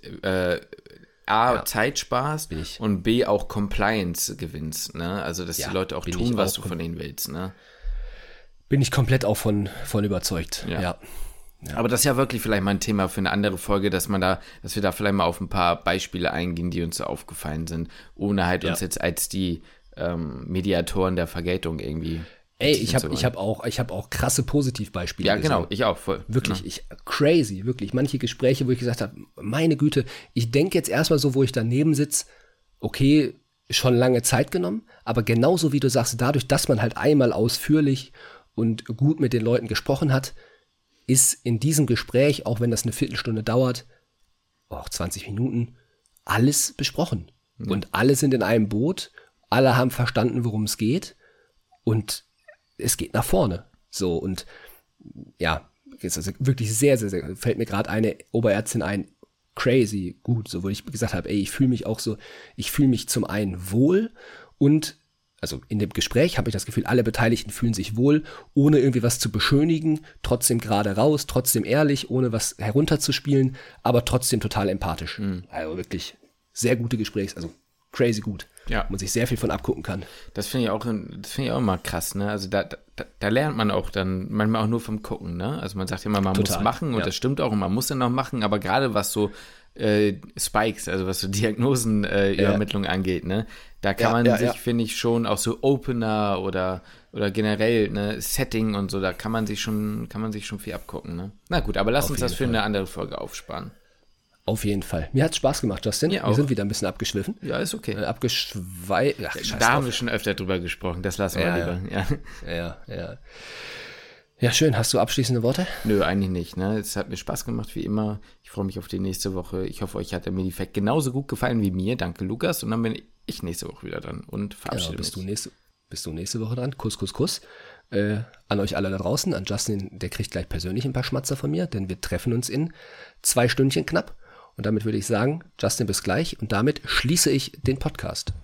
S2: A, Zeit sparst und B, auch Compliance gewinnst. Ne? Also, dass die Leute auch tun, was du von ihnen willst. Ne?
S1: Bin ich komplett auch von überzeugt, ja.
S2: Aber das ist ja wirklich vielleicht mal ein Thema für eine andere Folge, dass wir da vielleicht mal auf ein paar Beispiele eingehen, die uns so aufgefallen sind, ohne halt uns jetzt als die Mediatoren der Vergeltung irgendwie.
S1: Ich habe auch krasse Positivbeispiele.
S2: Ja, genau, ich auch, voll.
S1: Wirklich, crazy, wirklich. Manche Gespräche, wo ich gesagt habe, meine Güte, ich denke jetzt erstmal so, wo ich daneben sitze, okay, schon lange Zeit genommen, aber genauso wie du sagst, dadurch, dass man halt einmal ausführlich und gut mit den Leuten gesprochen hat, ist in diesem Gespräch, auch wenn das eine Viertelstunde dauert, auch 20 Minuten, alles besprochen. Mhm. Und alle sind in einem Boot. Alle haben verstanden, worum es geht und es geht nach vorne. So und ja, ist also wirklich sehr, sehr, sehr, fällt mir gerade eine Oberärztin ein, crazy gut, so wo ich gesagt habe, ich fühle mich zum einen wohl und also in dem Gespräch habe ich das Gefühl, alle Beteiligten fühlen sich wohl, ohne irgendwie was zu beschönigen, trotzdem gerade raus, trotzdem ehrlich, ohne was herunterzuspielen, aber trotzdem total empathisch. Also wirklich sehr gute also crazy gut. Ja. Man sich sehr viel von abgucken kann.
S2: Das finde ich auch immer krass, ne? Also da lernt man auch dann manchmal auch nur vom Gucken, ne? Also man sagt immer, man muss machen und das stimmt auch und man muss dann auch machen, aber gerade was so Spikes, also was so Diagnosenübermittlung angeht, ne? Da kann man sich, finde ich, schon auch so Opener oder generell, ne, Setting und so, da kann man sich schon viel abgucken, ne? Na gut, aber lass uns das für eine andere Folge aufsparen.
S1: Auf jeden Fall. Mir hat's Spaß gemacht, Justin. Wir sind wieder ein bisschen abgeschwiffen.
S2: Ja, ist okay.
S1: Da
S2: haben wir schon öfter drüber gesprochen, das lassen wir lieber.
S1: Ja. Ja, schön. Hast du abschließende Worte?
S2: Nö, eigentlich nicht. Ne? Es hat mir Spaß gemacht, wie immer. Ich freue mich auf die nächste Woche. Ich hoffe, euch hat der Medifekt genauso gut gefallen wie mir. Danke, Lukas. Und dann bin ich nächste Woche wieder dran und verabschiede mich.
S1: Bist du nächste Woche dran? Kuss. An euch alle da draußen. An Justin, der kriegt gleich persönlich ein paar Schmatzer von mir, denn wir treffen uns in 2 Stündchen knapp. Und damit würde ich sagen, Justin, bis gleich. Und damit schließe ich den Podcast.